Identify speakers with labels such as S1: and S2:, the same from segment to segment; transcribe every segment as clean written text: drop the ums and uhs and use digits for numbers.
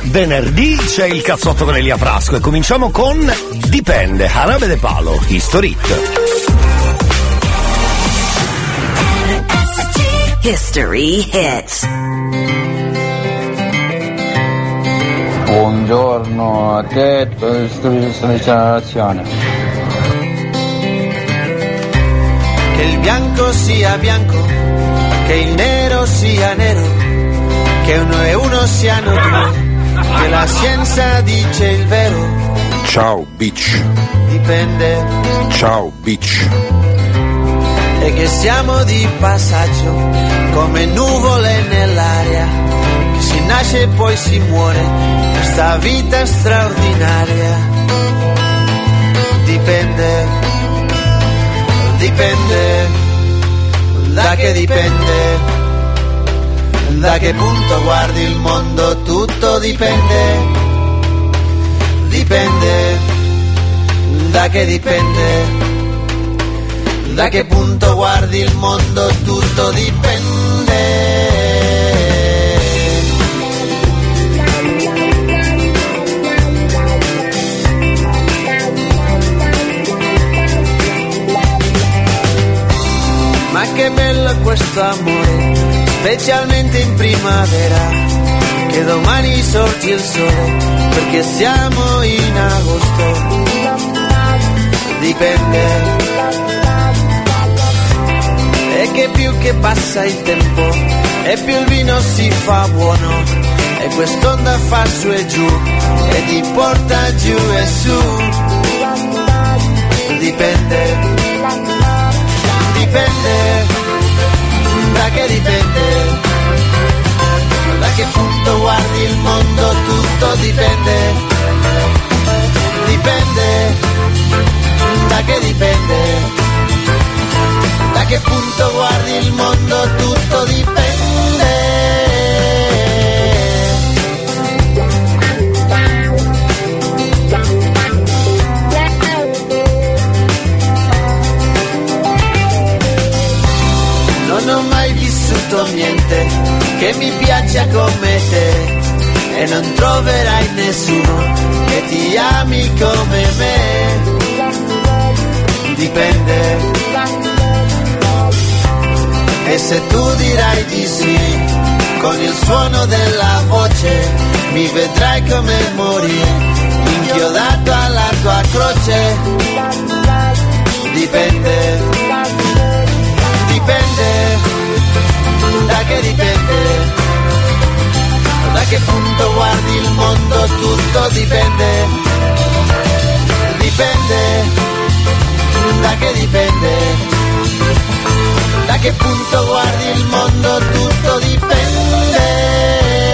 S1: venerdì c'è il cazzotto con Elia Frasco e cominciamo con Dipende, Arabe de Palo, History
S2: Hits.
S3: Buongiorno a te, generazione.
S4: Che il bianco sia bianco, che il nero sia nero, che uno e uno siano due, che la scienza dice il vero.
S5: Ciao bitch.
S4: Dipende.
S5: Ciao bitch.
S4: E che siamo di passaggio, come nuvole nell'aria, che si nasce e poi si muore, questa vita straordinaria. Dipende, dipende, da che dipende, da che punto guardi il mondo, tutto dipende, dipende, da che dipende. Da che punto guardi il mondo, tutto dipende. Ma che bello questo amore, specialmente in primavera, che domani sorge il sole, perché siamo in agosto. Dipende. E che più che passa il tempo e più il vino si fa buono, e quest'onda fa su e giù e ti porta giù e su. Dipende, dipende, da che dipende, da che punto guardi il mondo, tutto dipende, dipende, da che dipende. Da che punto guardi il mondo, tutto dipende. Non ho mai vissuto niente che mi piaccia come te, e non troverai nessuno che ti ami come me. Dipende. E se tu dirai di sì, con il suono della voce, mi vedrai come morire, inchiodato alla tua croce. Dipende, dipende, da che dipende, da che punto guardi il mondo, tutto dipende, dipende, da che dipende. Da che punto guardi il mondo, tutto dipende.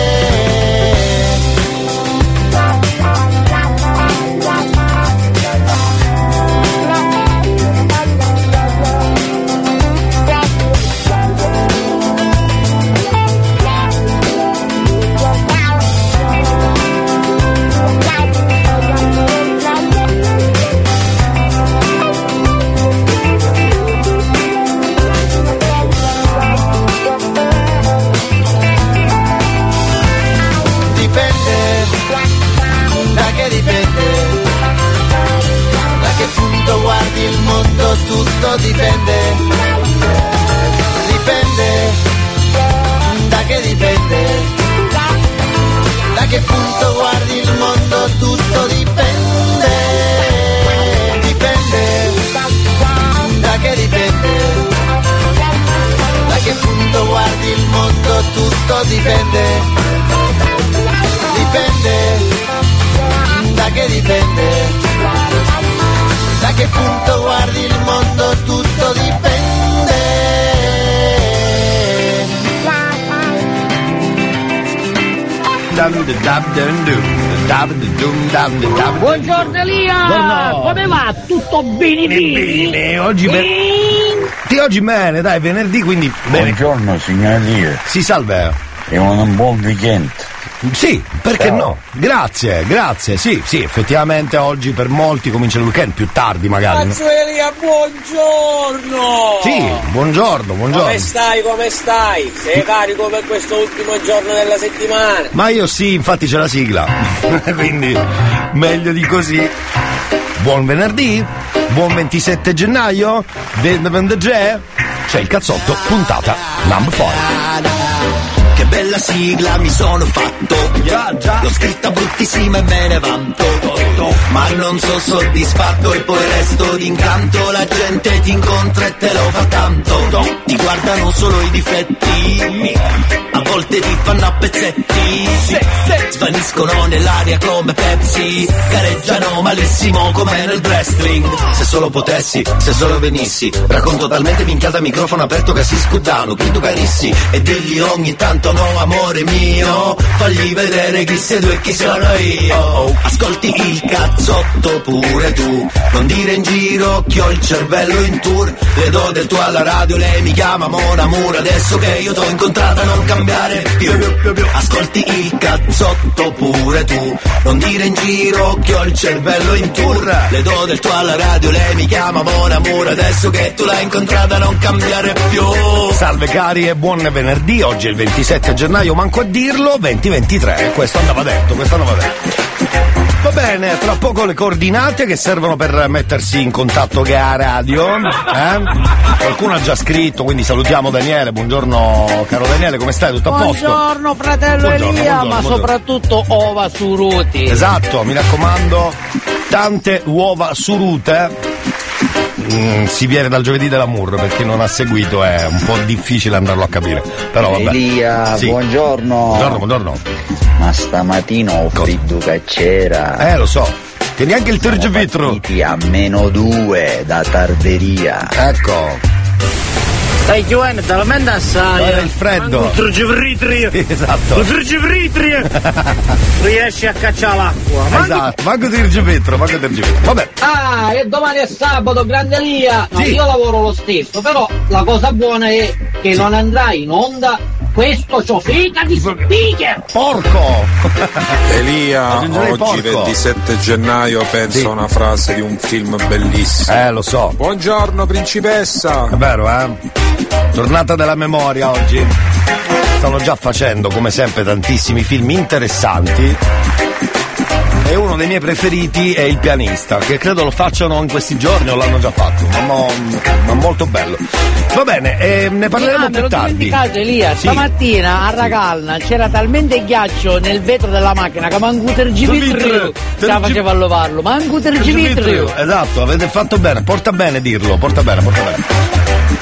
S4: Guardi il mondo, tutto dipende, dipende, da che dipende, da che punto guardi il mondo, tutto dipende, dipende, da che dipende, da che punto guardi il mondo, tutto dipende, dipende, da che dipende. Da che punto guardi il mondo, tutto dipende.
S6: Buongiorno Elia!
S1: Buongiorno.
S6: Come va? Tutto bene?
S1: Bene, oggi bene, dai, venerdì, quindi bene.
S3: Buongiorno signor Elia.
S1: Si salve.
S3: e un buon weekend.
S1: Sì, perché no? Grazie, sì, effettivamente oggi per molti comincia il weekend, più tardi magari.
S2: Cazzo Elia, buongiorno!
S1: Sì, buongiorno.
S2: Come stai? Sei carico per questo ultimo giorno della settimana?
S1: Ma io sì, infatti c'è la sigla, quindi meglio di così. Buon venerdì, buon 27 gennaio, c'è il cazzotto, puntata number 4.
S7: Che bella sigla mi sono fatto, l'ho scritta bruttissima e me ne vanto, ma non sono soddisfatto e poi resto d'incanto. La gente ti incontra e te lo fa tanto, ti guardano solo i difetti, a volte ti fanno a pezzetti, svaniscono nell'aria come Pepsi, gareggiano malissimo come nel wrestling. Se solo potessi, se solo venissi, racconto talmente minchiata a microfono aperto che si scudano, quindi carissi, e digli ogni tanto no amore mio, fagli vedere chi sei tu e chi sono io. Ascolti il cazzotto pure tu, non dire in giro che ho il cervello in tour. Le do del tuo alla radio, lei mi chiama Mon Amour, adesso che io t'ho incontrata non cambiare più. Ascolti il cazzotto pure tu, non dire in giro che ho il cervello in tour. Le do del tuo alla radio, lei mi chiama Mon Amour, adesso che tu l'hai incontrata non cambiare più.
S1: Salve cari e buon venerdì, oggi è il 27 gennaio, manco a dirlo, 2023, questo andava detto. Va bene, tra poco le coordinate che servono per mettersi in contatto che a radio, Qualcuno ha già scritto, quindi salutiamo Daniele, buongiorno caro Daniele, come stai? Tutto a posto?
S6: Buongiorno fratello Elia, ma soprattutto ova suruti.
S1: Esatto, mi raccomando, tante uova surute. Si viene dal giovedì dell'amour, per chi non ha seguito è un po' difficile andarlo a capire, però vabbè.
S3: Elia, sì.
S1: Buongiorno.
S3: Ma stamattina ho freddo che c'era.
S1: Lo so. Tieni anche il tergivitro.
S3: A -2 da tarderia.
S1: Ecco.
S6: Dai Giovanni, talmente assai.
S1: Era il freddo. Esatto.
S6: Riesci a cacciare l'acqua.
S1: Esatto, manco tergivitro. Vabbè.
S6: E domani è sabato, grande Elia. No,
S1: sì.
S6: Io lavoro lo stesso, però la cosa buona è che non andrai in onda questo ciofeca di speaker.
S1: Porco!
S5: Elia, oggi 27 gennaio penso a una frase di un film bellissimo.
S1: Lo so.
S5: Buongiorno principessa.
S1: È vero, Giornata della memoria oggi. Stanno già facendo, come sempre, tantissimi film interessanti. E uno dei miei preferiti è Il pianista, che credo lo facciano in questi giorni o l'hanno già fatto, ma molto bello. Va bene, ne parleremo più tardi.
S6: Elia,
S1: sì.
S6: Stamattina a Racalna c'era talmente ghiaccio nel vetro della macchina che manco tergivitrio ce la faceva a lovarlo, manco tergivitrio.
S1: Esatto, avete fatto bene, porta bene dirlo, porta bene.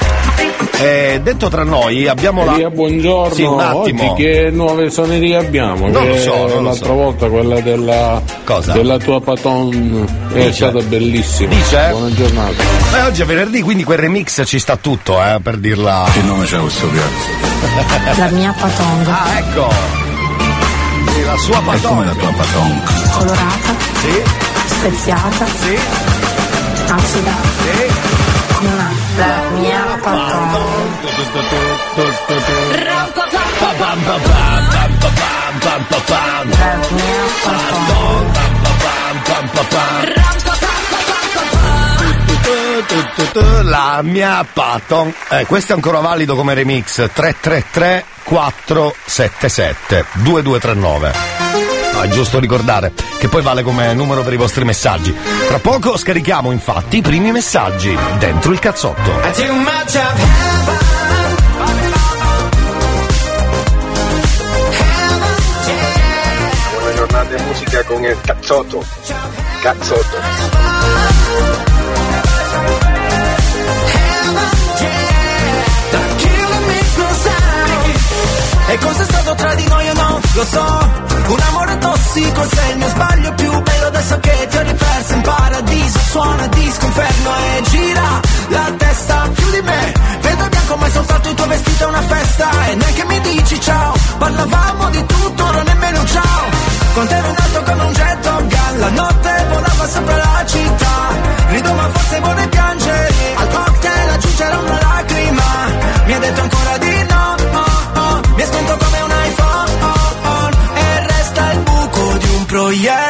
S1: Detto tra noi, abbiamo
S8: Elia, buongiorno.
S1: Sì, un attimo.
S8: Oggi che nuove suonerie abbiamo?
S1: Non lo so.
S8: L'altra volta quella della tua Paton è stata bellissima.
S1: Dice?
S8: Buona giornata.
S1: Oggi è venerdì, quindi quel remix ci sta tutto, per dirla.
S5: Che nome c'è questo piazzo?
S9: La mia Paton.
S1: Ah, ecco. Sì, la sua Paton.
S5: È come la tua Paton?
S9: Colorata.
S1: Sì.
S9: Speziata.
S1: Sì.
S9: Acida.
S1: Sì.
S9: La mia Paton.
S1: La mia Paton. Questo è ancora valido come remix. 333 477 2239. È giusto ricordare che poi vale come numero per i vostri messaggi. Tra poco scarichiamo infatti i primi messaggi dentro il cazzotto.
S10: Buona giornata in musica con il cazzotto.
S7: E cos'è stato tra di noi o no? Lo so, un amore tossico, se il mio sbaglio più bello adesso che ti ho riperso in paradiso. Suona disco inferno e gira la testa più di me. Vedo bianco ma è soltanto il tuo vestito è una festa. E neanche mi dici ciao, parlavamo di tutto, non nemmeno un ciao. Con te ero in alto come un jet Top Gun, la notte volava sopra la città. Rido ma forse vorrei piangere, al cocktail aggiungere una lacrima. Mi ha detto ancora di no, mi è spento come un iPhone.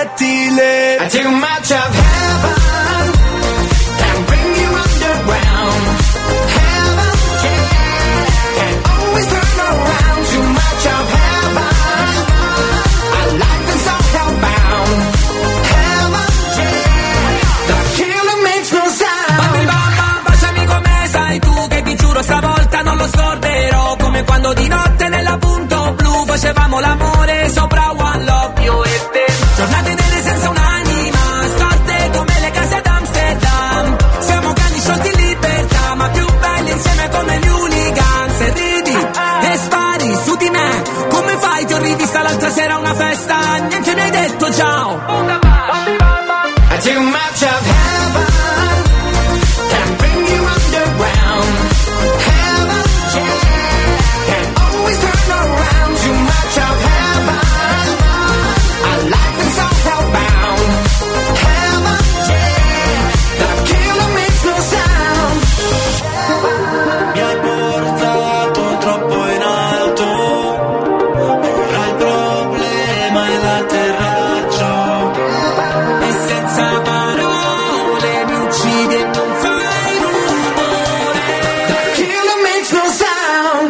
S11: proiettile.
S12: I too much of heaven can bring you underground. Heaven, yeah, can always turn around. Too much of heaven, our life is all hellbound. Heaven, yeah, the killer makes no sound. Bambi bamba, baciami come sai tu, che ti giuro stavolta non lo scorderò. Come quando di notte nella punto blu facevamo l'amore sopra One Love, io e te. Giornate nere senza un'anima, storte come le case ad Amsterdam. Siamo cani sciolti in libertà, ma più belli insieme come gli hooligans. E ridi e spari su di me, come fai? Ti ho rivista l'altra sera a una festa, niente mi hai detto ciao. Too much of heaven can bring you underground. Heaven, yeah, can always turn around. Too much of heaven, our life is all hellbound. Heaven, yeah, the killer makes no sound.
S11: Mi hai portato troppo in alto, ora il problema è l'atterraggio.
S12: E senza parole mi uccidi e non fai rumore. The killer makes no sound.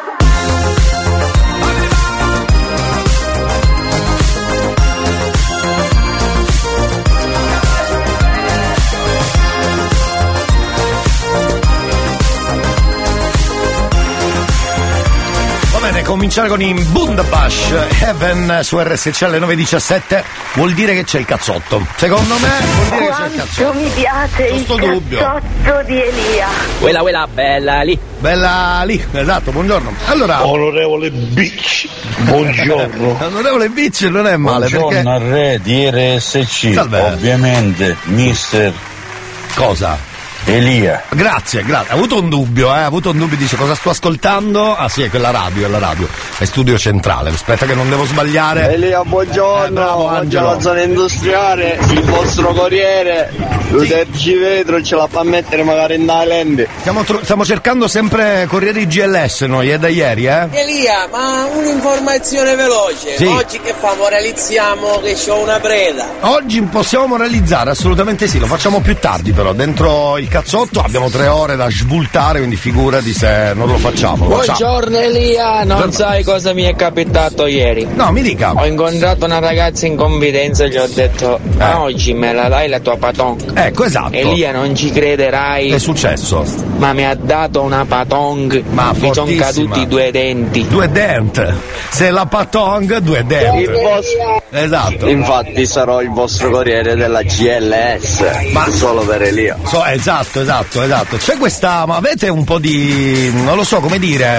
S1: Va bene, cominciare con i Bundabash. Heaven su RSC 917 vuol dire che c'è il cazzotto. Secondo me vuol dire che c'è il cazzotto.
S13: Quanto mi piace il cazzotto di Elia.
S2: Quella, bella lì.
S1: Bella lì, esatto, buongiorno. Allora,
S14: onorevole Bitch, buongiorno.
S1: Onorevole Bitch non è male,
S14: buongiorno
S1: perché
S14: al re di RSC.
S1: Salve.
S14: Ovviamente mister
S1: cosa?
S14: Elia.
S1: Grazie. Ha avuto un dubbio, dice cosa sto ascoltando? Ah sì, è quella radio, è studio centrale. Aspetta che non devo sbagliare.
S10: Elia, buongiorno,
S1: bravo,
S10: oggi alla zona industriale, il vostro corriere, l'utergivetro ce la fa mettere magari in Thailand.
S1: Stiamo cercando sempre corrieri GLS noi, da ieri,
S2: Elia, ma un'informazione veloce.
S1: Sì.
S2: Oggi che famo? Realizziamo che c'ho una preda.
S1: Oggi possiamo realizzare, assolutamente sì, lo facciamo più tardi però, dentro il cazzotto abbiamo 3 ore da svoltare, quindi figurati se non lo facciamo.
S15: Buongiorno Elia, non sai cosa mi è capitato ieri?
S1: No, mi dica.
S15: Ho incontrato una ragazza in confidenza e gli ho detto ma oggi me la dai la tua patong?
S1: Ecco, esatto.
S15: Elia, non ci crederai.
S1: Che è successo?
S15: Ma mi ha dato una patong.
S1: Ma
S15: mi sono caduti 2 denti.
S1: 2 denti. Se la patong, 2 denti. Esatto.
S10: Infatti sarò il vostro corriere della GLS, ma solo per Elia.
S1: Esatto. C'è questa, ma avete un po' di, non lo so come dire,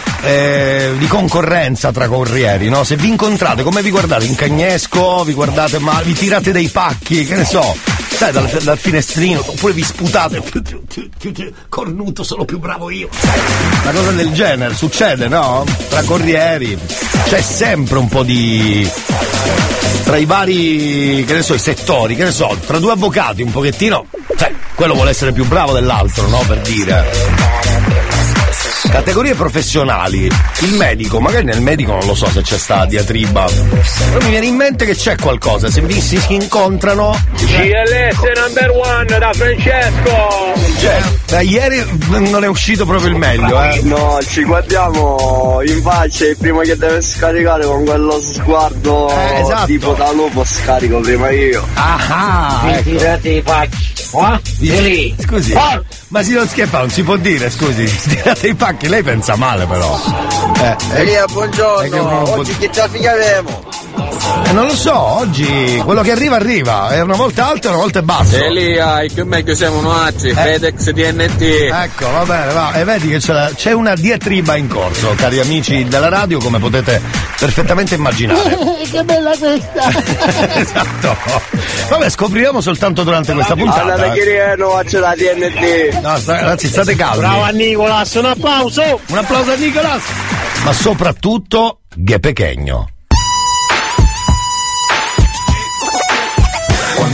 S1: di concorrenza tra corrieri, no? Se vi incontrate, come vi guardate? In cagnesco, vi guardate, ma vi tirate dei pacchi, che ne so, sai, dal finestrino, oppure vi sputate, cornuto, sono più bravo io. Una cosa del genere, succede, no? Tra corrieri c'è sempre un po' di, tra i vari, che ne so, i settori, che ne so, tra 2 avvocati un pochettino, cioè, quello vuole essere più bravo dell'altro, no? Per dire. Categorie professionali, il medico, magari nel medico non lo so se c'è sta diatriba, però mi viene in mente che c'è qualcosa, se si incontrano.
S16: GLS number 1 da Francesco!
S1: Da ieri non è uscito proprio il meglio,
S10: No, ci guardiamo in faccia il primo che deve scaricare con quello sguardo
S1: esatto.
S10: tipo da lupo, scarico prima io.
S1: Ecco.
S2: Tirate i pacchi.
S1: Scusi, ma si non scherza, non si può dire, scusi, tirate i pacchi, lei pensa male però.
S10: Elia, buongiorno, oggi che traffico avremo?
S1: Non lo so, oggi quello che arriva, è una volta alto e una volta basso.
S15: Elia, che meglio siamo noi, FedEx DNT.
S1: Ecco, va bene, va. E vedi che c'è una diatriba in corso, cari amici della radio, come potete perfettamente immaginare.
S6: Che bella questa!
S1: Esatto. Vabbè, scopriremo soltanto durante questa puntata.
S10: Allora, che non faccio la DNT.
S1: No, ragazzi, state calmi.
S16: Bravo a Nicolas, un applauso!
S1: Un applauso a Nicolas! Ma soprattutto, Ghe Pechegno.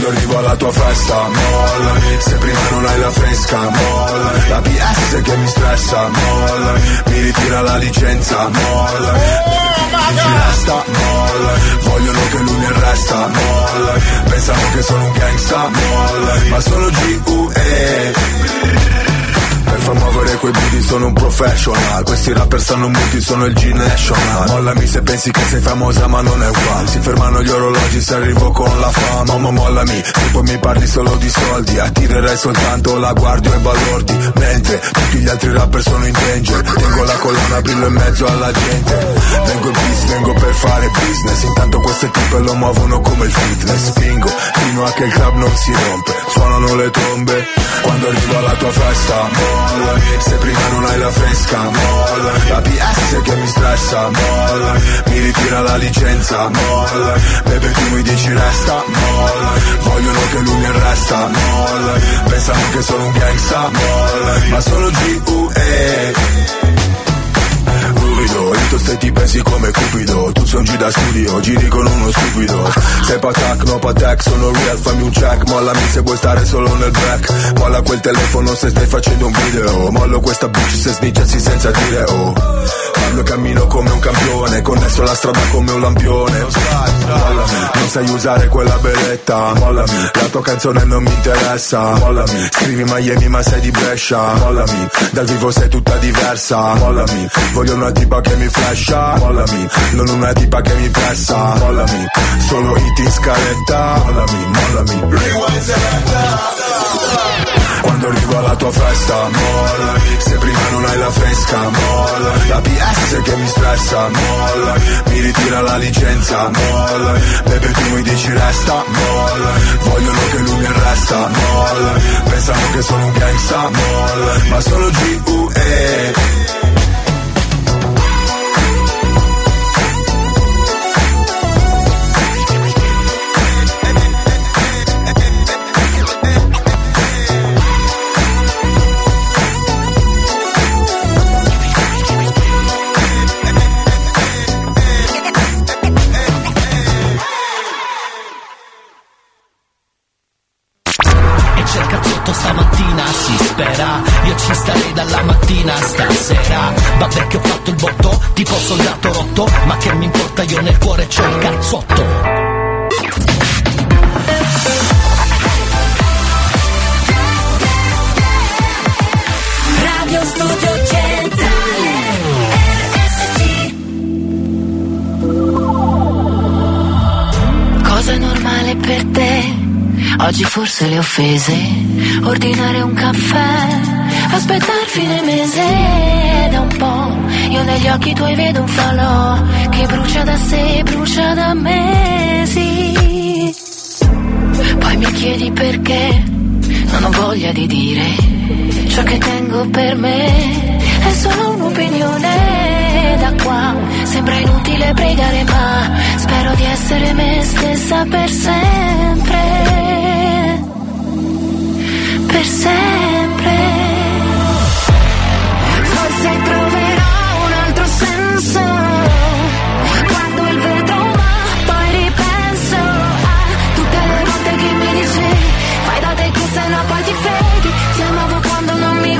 S17: Quando arrivo alla tua festa, molla. Se prima non hai la fresca, molla. La PS che mi stressa, molla. Mi ritira la licenza, molla. Ci resta, molla. Vogliono che lui mi arresta, molla. Pensano che sono un gangsta, molla. Ma sono G.U.E. Per far muovere quei beat sono un professional. Questi rapper stanno muti, sono il G-National. Mollami se pensi che sei famosa ma non è uguale. Si fermano gli orologi se arrivo con la fama. Ma mollami, se poi mi parli solo di soldi. Attirerei soltanto la guardia e balordi. Mentre tutti gli altri rapper sono in danger. Tengo la collana, brillo in mezzo alla gente. Vengo in peace, vengo per fare business. Intanto queste tipe lo muovono come il fitness. Spingo fino a che il club non si rompe. Suonano le trombe quando arrivo alla tua festa, molla. Se prima non hai la fresca, molla. La PS che mi stressa, molla. Mi ritira la licenza, molla. Bebe tu mi dici resta, molla. Vogliono che lui mi arresta, molla. Pensano che sono un gangsta, molla. Ma sono G.U.E. Io te ti pensi come Cupido. Tu sei un G da studio, giri con uno stupido. Sei patak, no patak, sono real, fammi un check. Mollami se vuoi stare solo nel black. Molla quel telefono se stai facendo un video. Mollo questa bitch se snitchassi senza dire oh. Parlo e cammino come un campione, connesso alla strada come un lampione. Mollami, non sai usare quella beretta. Mollami, la tua canzone non mi interessa. Mollami, scrivi Miami ma sei di Brescia. Mollami, dal vivo sei tutta diversa. Mollami, voglio una tipa che mi flasha. Mollami, non una tipa che mi pressa. Mollami, solo hit in scaletta. Mollami, mollami, rewind selecta. Quando arrivo alla tua festa, molla. Se prima non hai la fresca, molla. La PS che mi stressa, molla. Mi ritira la licenza, molla. Bebe tu mi dici resta, molla. Vogliono che lui mi arresta, molla. Pensano che sono un gangsta, molla. Ma sono G.U.E.
S18: Stamattina si spera, io ci starei dalla mattina stasera. Vabbè che ho fatto il botto, tipo soldato rotto, ma che mi importa, io nel cuore c'ho il cazzotto.
S12: Radio Studio Centrale RSC.
S9: Cosa è normale per te? Oggi forse le offese, ordinare un caffè, aspettare fine mese. Da un po' io negli occhi tuoi vedo un falò che brucia da sé, brucia da mesi. Poi mi chiedi perché non ho voglia di dire ciò che tengo per me. È solo un'opinione, da qua sembra inutile pregare, ma spero di essere me stessa per sempre. Per sempre. Forse troverò un altro senso. Guardo il vetro ma poi ripenso a tutte le volte che mi dicevi fai da te che se no poi ti freghi. Ti amavo quando non mi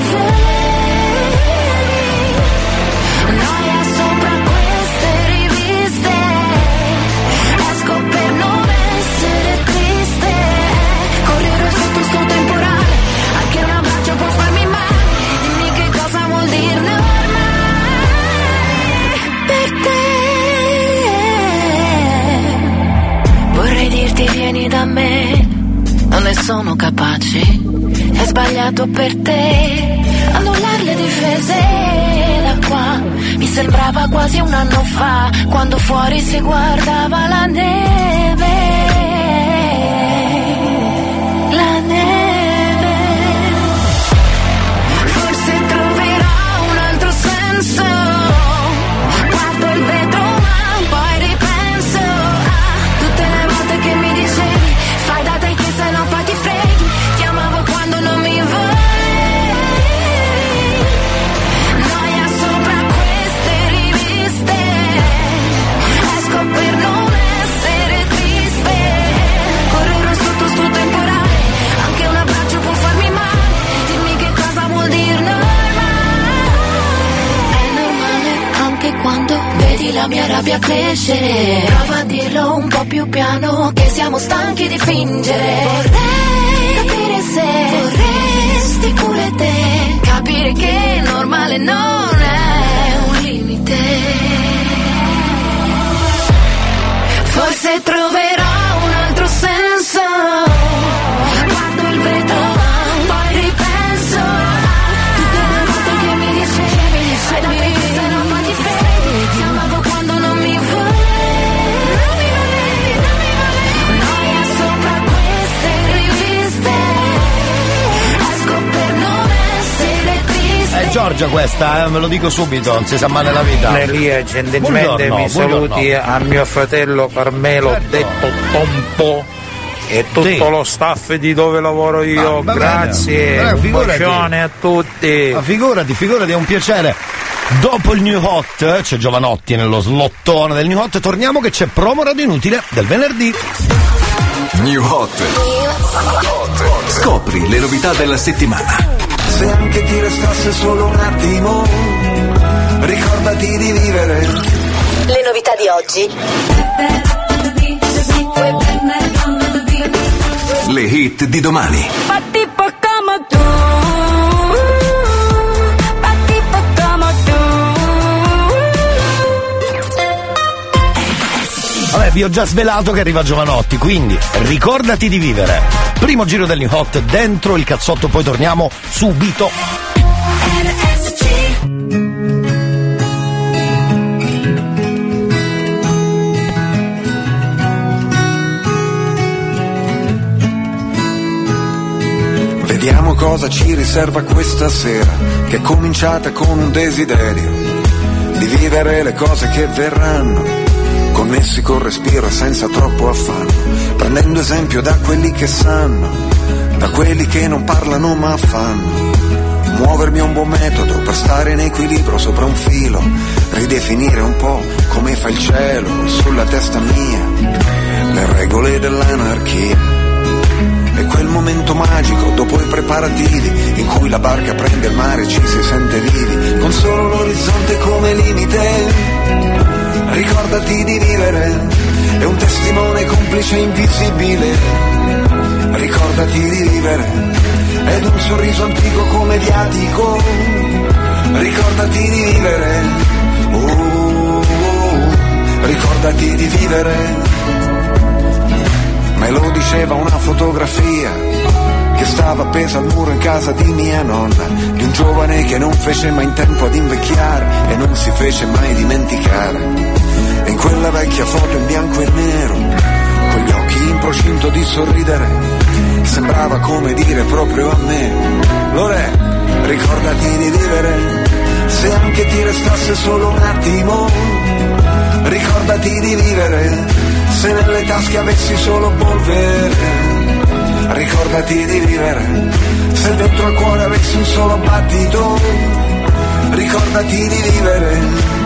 S9: vedi. Noia sopra queste riviste. Esco per non essere triste. Correre sotto sto temporale. Che un abbraccio può farmi male. Dimmi che cosa vuol dire normale per te. Vorrei dirti vieni da me, non ne sono capace. È sbagliato per te annullare le difese. Da qua mi sembrava quasi un anno fa, quando fuori si guardava la neve. La neve. Guardo il vetro ma poi ripenso a tutte le volte che mi dicevi fai da te che se no poi ti freghi. Ti amavo quando non mi volevi. Noia sopra queste riviste. Esco per non essere triste. la mia rabbia crescere. Prova a dirlo un po' più piano, che siamo stanchi di fingere. Vorrei capire se vorresti pure te, capire che normale non è un limite. Forse troverò un altro senso, guardo il vetro, poi ripenso tutte le volte che mi dicevi questa roba ti fai, ti amavo quando non mi volevi, noia sopra queste riviste, esco per non essere triste.
S1: È Giorgia questa, ve lo dico subito, non si sa mai nella vita.
S5: Elia, gentilmente mi saluti a mio fratello Carmelo, detto Tompo, e tutto lo staff di dove lavoro io. Grazie, un bacione a tutti.
S1: Ma figurati, è un piacere. Dopo il New Hot c'è Giovanotti nello slottone del New Hot. Torniamo che c'è promo radio inutile del venerdì.
S19: New Hot. Scopri le novità della settimana.
S20: Se anche ti restasse solo un attimo, ricordati di vivere.
S21: Le novità di oggi.
S19: Le hit di domani.
S1: Vabbè, vi ho già svelato che arriva Giovanotti, quindi ricordati di vivere. Primo giro del New Hot dentro il cazzotto, poi torniamo subito.
S20: Vediamo cosa ci riserva questa sera, che è cominciata con un desiderio di vivere le cose che verranno, connessi col respiro e senza troppo affanno, prendendo esempio da quelli che sanno, da quelli che non parlano ma fanno. Muovermi è un buon metodo per stare in equilibrio sopra un filo, ridefinire un po' come fa il cielo sulla testa mia, le regole dell'anarchia. E quel momento magico dopo i preparativi, in cui la barca prende il mare e ci si sente vivi, con solo l'orizzonte come limite. Ricordati di vivere, è un testimone complice invisibile. Ricordati di vivere, ed un sorriso antico come viatico. Ricordati di vivere, ricordati di vivere. Me lo diceva una fotografia che stava appesa al muro in casa di mia nonna, di un giovane che non fece mai in tempo ad invecchiare e non si fece mai dimenticare. E in quella vecchia foto in bianco e nero, con gli occhi in procinto di sorridere, sembrava come dire proprio a me: Lore, ricordati di vivere, se anche ti restasse solo un attimo. Ricordati di vivere, se nelle tasche avessi solo polvere. Ricordati di vivere, se dentro al cuore avessi un solo battito. Ricordati di vivere,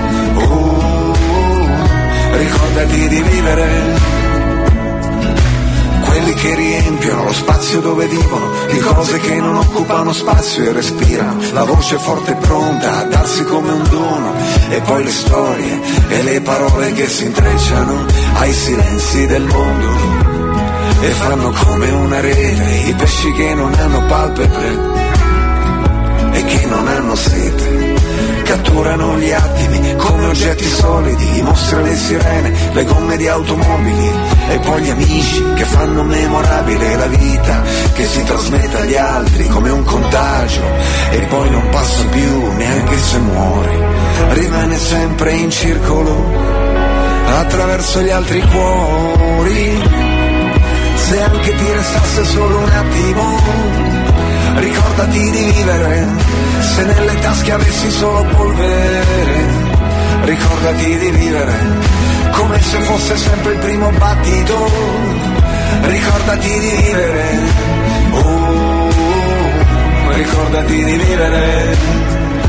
S20: ricordati di vivere. Quelli che riempiono lo spazio dove vivono, di cose che non occupano spazio e respirano, la voce forte e pronta a darsi come un dono, e poi le storie e le parole che si intrecciano ai silenzi del mondo e fanno come una rete i pesci che non hanno palpebre e che non hanno sete. Catturano gli attimi come oggetti solidi, i mostri e le sirene, le gomme di automobili, e poi gli amici che fanno memorabile la vita, che si trasmette agli altri come un contagio e poi non passa più neanche se muori, rimane sempre in circolo attraverso gli altri cuori. Se anche ti restasse solo un attimo, ricordati di vivere, se nelle tasche avessi solo polvere. Ricordati di vivere, come se fosse sempre il primo battito. Ricordati di vivere, ricordati di vivere.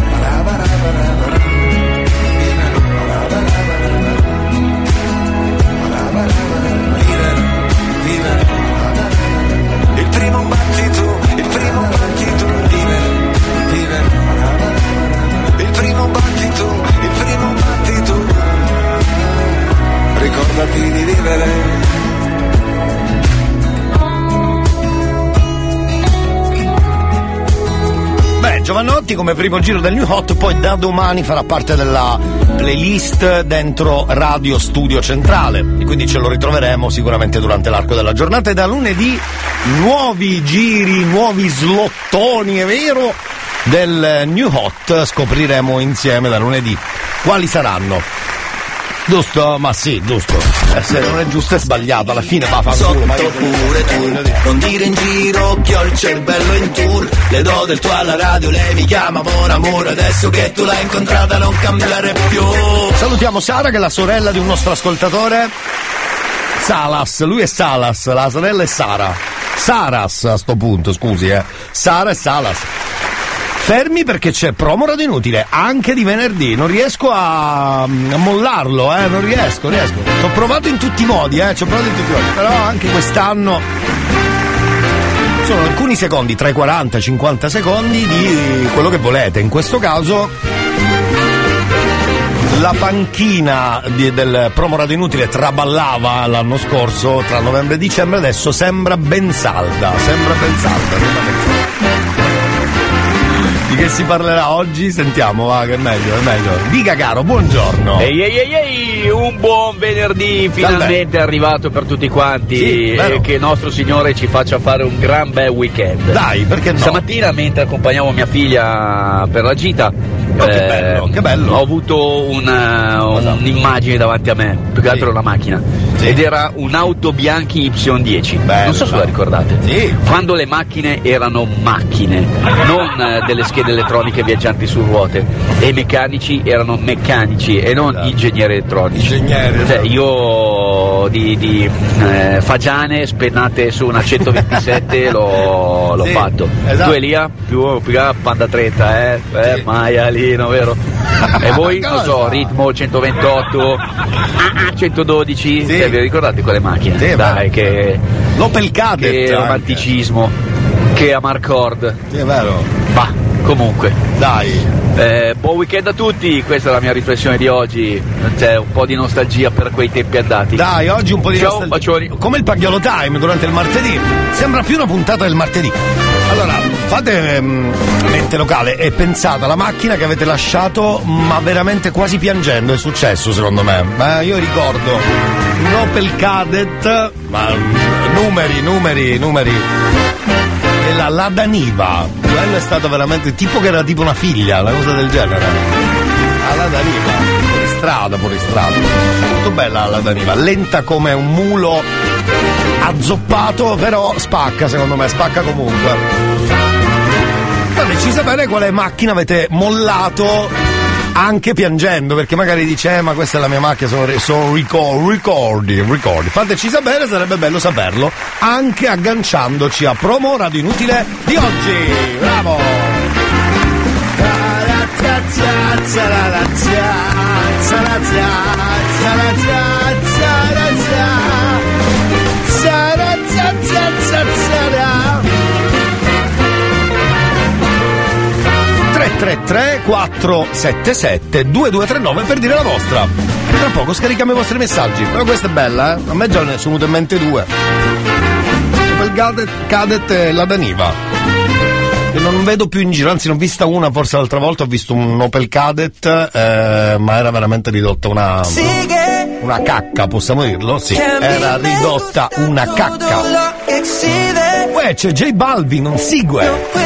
S20: Il primo battito, il primo battito, vivere, vivere. Il primo battito, il primo battito.
S1: Giovannotti come primo giro del New Hot, poi da domani farà parte della playlist dentro Radio Studio Centrale e quindi ce lo ritroveremo sicuramente durante l'arco della giornata. E da lunedì nuovi giri, nuovi slottoni, è vero, del New Hot, scopriremo insieme da lunedì quali saranno. Giusto? Ma sì, giusto. Se non è giusto è sbagliato, alla fine va a fare culo.
S7: Pure tu, non dire in giro che ho il cervello in tour. Le do del tuo alla radio, lei mi chiama Mon Amour. Adesso che tu l'hai incontrata non cambiare più.
S1: Salutiamo Sara, che è la sorella di un nostro ascoltatore. Salas, lui è Salas, la sorella è Sara. Saras a sto punto, scusi, Sara e Salas. Fermi perché c'è promo Radio Inutile anche di venerdì, non riesco a mollarlo, non riesco. Ci ho provato in tutti i modi, però anche quest'anno sono alcuni secondi, tra i 40 e i 50 secondi di quello che volete. In questo caso la panchina del promo Radio Inutile traballava l'anno scorso tra novembre e dicembre, adesso sembra ben salda. Di che si parlerà oggi? Sentiamo, va, che è meglio. Dica caro, buongiorno.
S4: Ehi, un buon venerdì, finalmente è arrivato per tutti quanti,
S1: sì,
S4: e che il nostro Signore ci faccia fare un gran bel weekend.
S1: Dai, perché no?
S4: Stamattina, mentre accompagnavo mia figlia per la gita,
S1: che bello.
S4: ho avuto un'immagine davanti a me, più che altro la macchina, ed era un'auto Bianchi Y10.
S1: Bello,
S4: non so se la ricordate.
S1: Sì.
S4: Quando le macchine erano macchine, non delle schede elettroniche viaggianti su ruote, e i meccanici erano meccanici e non ingegneri elettronici. Cioè, io di fagiane spennate su una 127 l'ho fatto.
S1: Esatto.
S4: Tu Elia più Panda 30, maialino, vero? E voi non so, ritmo 128, 112, vi ricordate quelle macchine?
S1: Sì,
S4: dai, che
S1: l'Opel Kadett,
S4: che romanticismo, che Amarcord.
S1: Sì, è vero.
S4: Bah, comunque,
S1: dai.
S4: Buon weekend a tutti, questa è la mia riflessione di oggi. C'è un po' di nostalgia per quei tempi andati.
S1: Dai, oggi un po' di nostalgia.
S4: Bacioni.
S1: Come il Pagliolo Time durante il martedì. Sembra più una puntata del martedì. Allora, fate mente locale e pensate alla macchina che avete lasciato, ma veramente quasi piangendo. È successo, secondo me. Io ricordo un Opel Kadett, ma numeri. E la Lada Niva, quello è stato veramente tipo che era tipo una figlia, una cosa del genere. La Lada Niva, fuori strada. Molto bella la Lada Niva, lenta come un mulo azzoppato, però spacca, secondo me, spacca comunque. Fateci sapere quale macchina avete mollato anche piangendo, perché magari dice ma questa è la mia macchina, sono ricordi. Fateci sapere, sarebbe bello saperlo, anche agganciandoci a promo Radio Inutile di oggi. Bravo! Tre 477 2239 per dire la vostra. Tra poco scarichiamo i vostri messaggi. Però questa è bella, a me già ne sono venute in mente due. Quel Kadett e la Daniva, che non vedo più in giro, anzi ne ho vista una, forse l'altra volta ho visto un Opel Kadett, ma era veramente ridotta una cacca, possiamo dirlo? Sì, era ridotta una cacca. Uè, c'è J Balvin, non segue.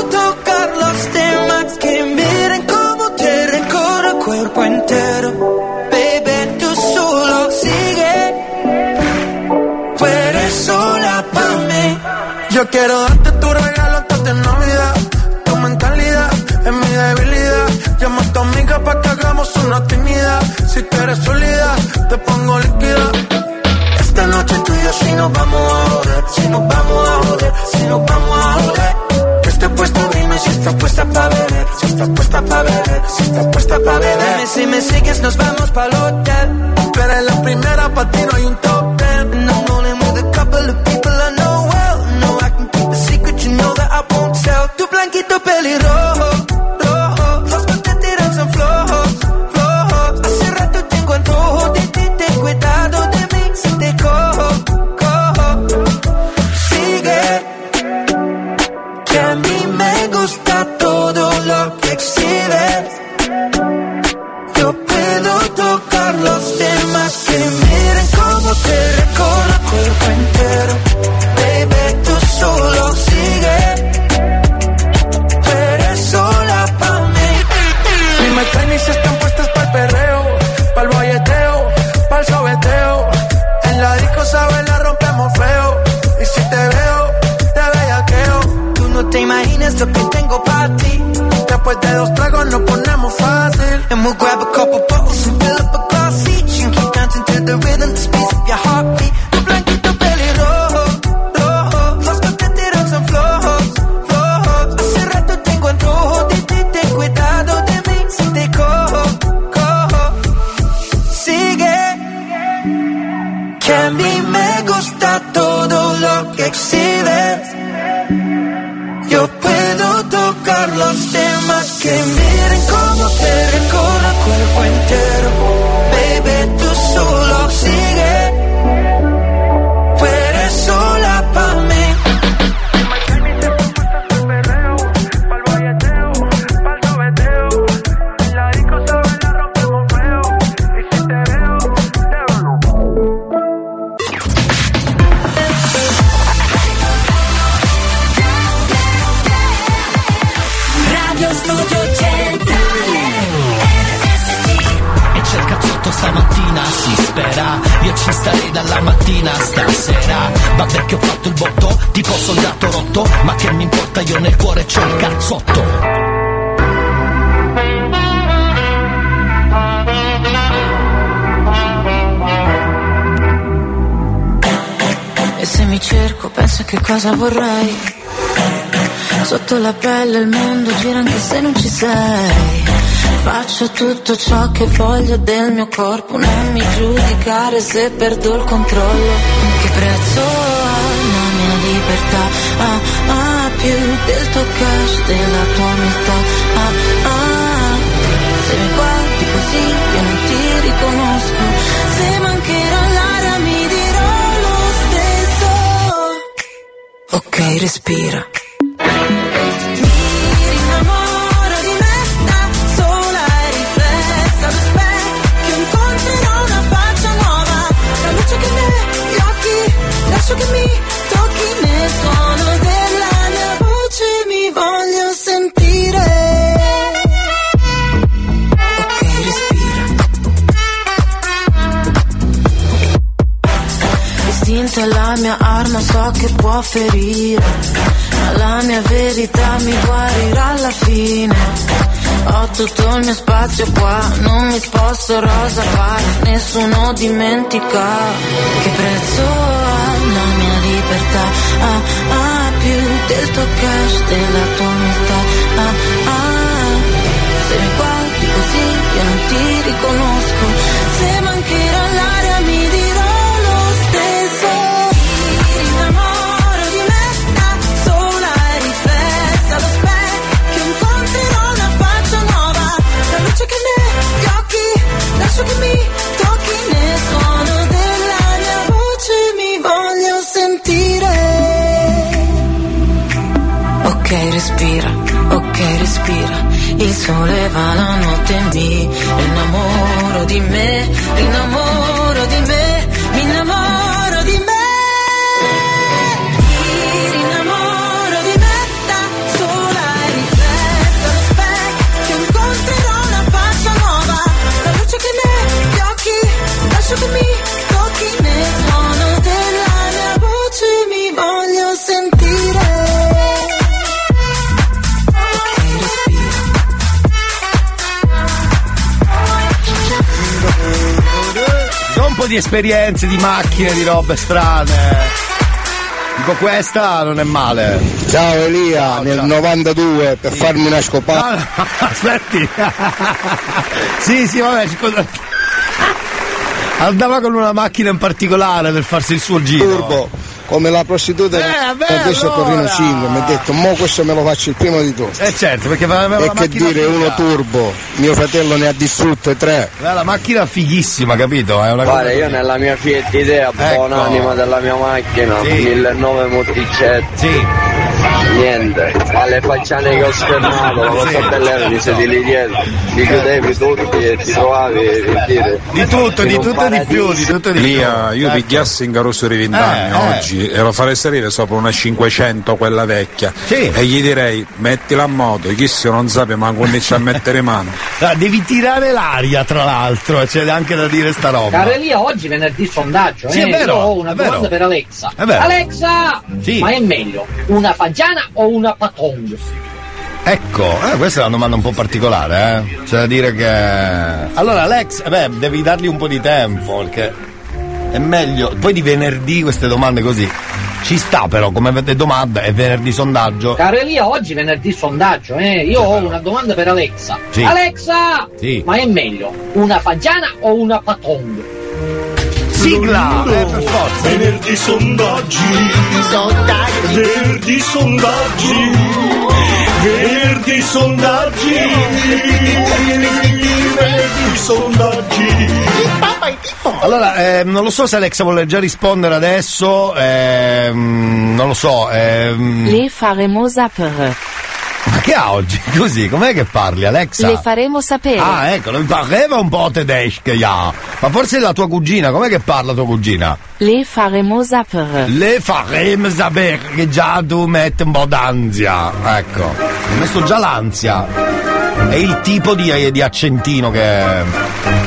S11: Que miren cómo te recorre el cuerpo entero. Baby, tú solo sigue. Tú eres sola para mí. Yo quiero darte tu regalo antes de Navidad. Tu mentalidad es mi debilidad. Llama a tu amiga pa' que hagamos una actividad. Si tú eres sólida, te pongo líquida. Esta noche tú y yo si nos vamos a joder. Si nos vamos a joder, si nos vamos a joder. Estoy puesto, dime si estás puesta pa' beber. Si estás puesta pa' beber, si estás puesta pa' beber. Dime si me sigues, nos vamos pa'l hotel. Tú eres la primera, pa' ti no hay un top ten. And I'm only with a couple of people I know well. No, I can keep a secret, you know that I won't tell. Tu blanquito pelirrojo, rojo. Los que te tiran son flojos, flojos. Hace rato tengo antojo de ti, ten cuidado de mí. Si te cojo, sigue. Que a mí me gusta todo pongo pa' ti. Después de 2 tragos nos ponemos fácil. And we'll grab a couple bottles and fill up a glass each. And keep dancing to the rhythm, the speeds of your heartbeat. Tu blanquito pelirrojo, rojo. Los que te tiran son flojos, flojos. Hace rato tengo antojo de ti, ten cuidado de mí si te cojo, cojo. Sigue, que a mí me gusta todo lo que exhibes. Yo puedo tocar los temas que miren cómo te recorro el cuerpo entero. Baby, tú solo sigue. Tú eres sola pa' mí.
S18: Stamattina si spera, io ci starei dalla mattina stasera. Vabbè che ho fatto il botto, tipo soldato rotto, ma che mi importa, io nel cuore c'ho il cazzotto.
S9: E se mi cerco penso che cosa vorrei. Sotto la pelle il mondo gira anche se non ci sei. Faccio tutto ciò che voglio del mio corpo, non mi giudicare se perdo il controllo. Che prezzo ha la mia libertà? Più del tuo cash, della tua umiltà. Se mi guardi così io non ti riconosco. Se mancherà l'aria mi dirò lo stesso. Ok, respira. Lascio che mi tocchi nel suono della mia voce, mi voglio sentire. Ok, respira. L'istinto è la mia arma, so che può ferire, ma la mia verità mi guarirà alla fine. Ho tutto il mio spazio qua, non mi sposto rosa pari, nessuno dimentica. Che prezzo ha la mia libertà? Più del tuo cash, della tua umiltà. Se mi guardi così io non ti riconosco. Se mancherà l'aria mi dirò lo stesso. Mi innamoro di me da sola e riflessa allo specchio, incontrerò una faccia nuova, la luce che negli occhi, lascio che mi tocchi nel suono della mia voce, mi voglio sentire. Ok, respira, ok, respira. Il sole va, la notte mi innamoro di me, innamoro di me, mi innamoro di me. Mi rinnamoro di me da sola e riflessa allo specchio, incontrerò una faccia nuova, la luce che negli occhi, lascio che mi tocchi nel suono della mia voce, mi voglio sentire.
S1: Un po' di esperienze, di macchine, di robe strane. Dico, questa non è male.
S3: Ciao Elia, ciao, nel 92 per farmi una scopata.
S1: No, aspetti. Sì, vabbè. Andava con una macchina in particolare per farsi il suo giro.
S3: Turbo, come la prostituta adesso allora. Torino 5 mi ha detto mo questo me lo faccio il primo di tutti.
S1: Certo, perché aveva
S3: e che dire figa. Uno turbo, mio fratello ne ha distrutte 3.
S1: La macchina fighissima, capito? È una
S10: guarda, io nella mia Fiat Idea, buon'anima della mia macchina, 1900 Moticcetti.
S1: Sì.
S10: Niente, alle facciane che ho schermato, la cosa bella era di sedili dietro, ti chiudevi tutti e ti trovavi per dire
S1: di tutto e di più.
S8: Lia, io pigliassi in carrozzeria 20 anni oggi e lo farei salire sopra una 500, quella vecchia, e gli direi mettila a moto, chi se non sape ma comincia a mettere mano.
S1: Devi tirare l'aria, tra l'altro, c'è anche da dire sta roba.
S6: Cara Elia, oggi venerdì sondaggio,
S1: sì, è vero,
S6: io ho una domanda per Alexa.
S1: È vero.
S6: Alexa,
S1: sì.
S6: Ma è meglio una fagiana o una patong?
S1: Ecco, questa è una domanda un po' particolare, C'è da dire che... Allora Alex, devi dargli un po' di tempo, perché è meglio... Poi di venerdì queste domande così. Ci sta però, come avete domanda, è venerdì sondaggio.
S6: Caro Elia, oggi venerdì sondaggio, Io ho una domanda per Alexa.
S1: Sì.
S6: Alexa!
S1: Sì.
S6: Ma è meglio una fagiana o una patong?
S1: Sigla! Per forza!
S12: Venerdì sondaggi! Venerdì sondaggi! Venerdì sondaggi! Venerdì sondaggi!
S1: Allora, non lo so se Alexa vuole già rispondere adesso, non lo so.
S13: Le faremo sapere.
S1: Ma che ha oggi? Così, com'è che parli, Alexa?
S13: Le faremo sapere.
S1: Ah, ecco, mi pareva un po' tedesco, ja. Ma forse è la tua cugina, com'è che parla tua cugina?
S13: Le faremo sapere.
S1: Le faremo sapere, che già tu metti un po' d'ansia. Ecco, ho messo già l'ansia. È il tipo di accentino che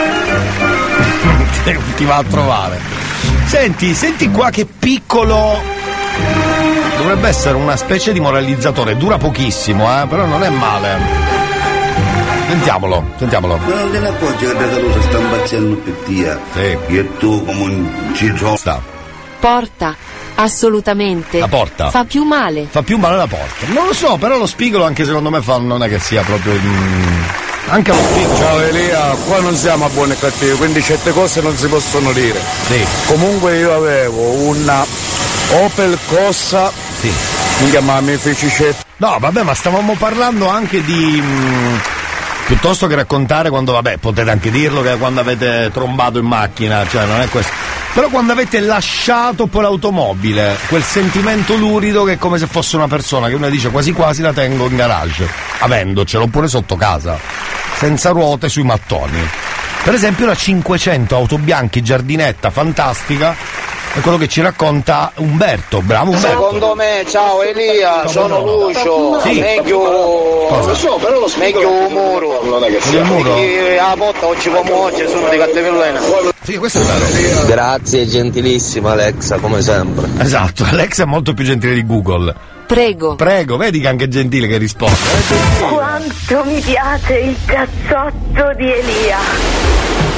S1: ti va a trovare. Senti qua che piccolo. Dovrebbe essere una specie di moralizzatore, dura pochissimo, però non è male. Sentiamolo.
S22: Ma che ne appoggi che da calusa sta impazzendo per tia?
S1: Sì.
S22: Che tu come un ciccio.
S1: Sta.
S13: Porta. Assolutamente.
S1: La porta.
S13: Fa più male.
S1: Fa più male la porta. Non lo so, però lo spigolo anche secondo me non è che sia proprio... Anche lo spigolo.
S8: Ciao Elia, qua non siamo a buoni e cattivi, quindi certe cose non si possono dire.
S1: Sì.
S8: Comunque io avevo una Opel Corsa.
S1: Sì.
S8: Mi chiamava Feficetto.
S1: No, vabbè, ma stavamo parlando anche di... piuttosto che raccontare quando, potete anche dirlo, che quando avete trombato in macchina, cioè non è questo. Però quando avete lasciato poi l'automobile, quel sentimento lurido che è come se fosse una persona, che uno dice quasi quasi la tengo in garage, avendocelo, oppure sotto casa, senza ruote sui mattoni. Per esempio la 500 auto bianchi giardinetta fantastica, è quello che ci racconta Umberto. Bravo Umberto.
S15: Secondo me, ciao Elia, sono Lucio.
S1: Sì.
S15: Meglio. Non lo so, però lo meglio un muro.
S1: Non è che sia. Il muro?
S15: La botta oggi come oggi sono di cattivellena.
S1: Sì, questo è vero.
S10: Grazie, gentilissima Alexa, come sempre.
S1: Esatto, Alexa è molto più gentile di Google.
S13: Prego,
S1: vedi che anche è gentile che risponde.
S21: Quanto mi piace il cazzotto di Elia.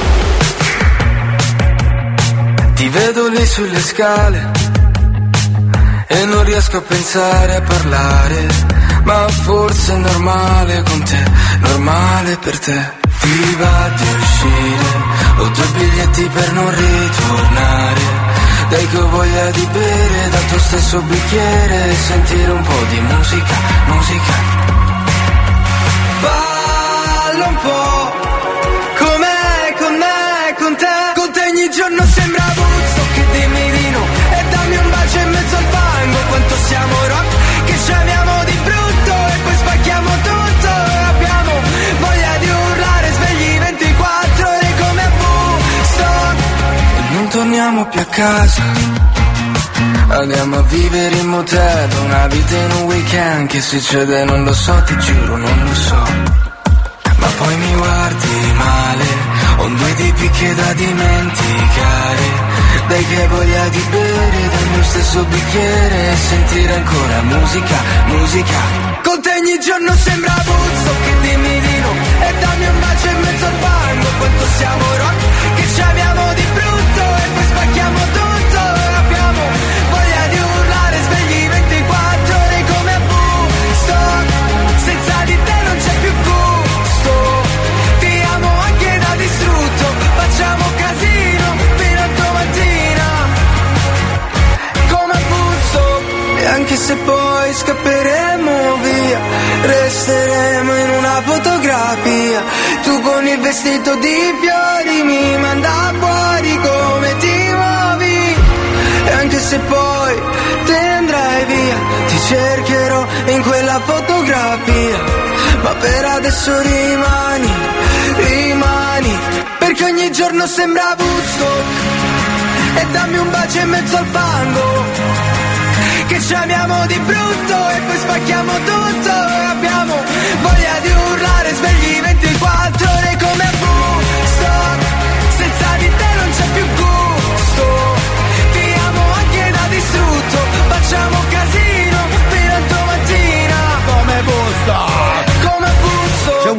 S12: Ti vedo lì sulle scale e non riesco a pensare a parlare, ma forse è normale con te, normale per te. Ti va di uscire, ho 2 biglietti per non ritornare. Dai che ho voglia di bere dal tuo stesso bicchiere e sentire un po' di musica. Balla un po', com'è con me, con te. Con te ogni giorno sembra Buzzo che dimmi di no e dammi un bacio in mezzo al fango. Quanto siamo rock che ci amiamo di brutto e poi spacchiamo tutto. Abbiamo voglia di urlare svegli 24 ore come a Woodstock. E non torniamo più a casa, andiamo a vivere in motel, una vita in un weekend. Che succede non lo so, ti giuro non lo so. Ma poi mi guardi male, ho 2 tipi che da dimenticare. Dai che voglia di bere dal mio stesso bicchiere e sentire ancora musica. Con te ogni giorno sembra Buzzo che dimmi di no e dammi un bacio in mezzo al fango. Quanto siamo rock che ci amiamo di brutto e poi spacchiamo tutto. Abbiamo voglia di urlare svegli 24 ore come a Woodstock. Senza di te non c'è più gusto, ti amo anche da distrutto. Facciamo casino fino a domattina come a Woodstock. E anche se poi scapperemo via, resteremo in una fotografia. Tu con il vestito di fiori mi manda fuori come ti muovi. E anche se poi te ne andrai via, ti cercherò in quella fotografia. Ma per adesso rimani, perché ogni giorno sembra Woodstock. E dammi un bacio in mezzo al fango, che ci amiamo di brutto e poi spacchiamo tutto. Abbiamo voglia di urlare svegli 24 ore come a Woodstock. Senza di te non c'è più gusto, ti amo anche da distrutto. Facciamo casino fino a domattina come Woodstock.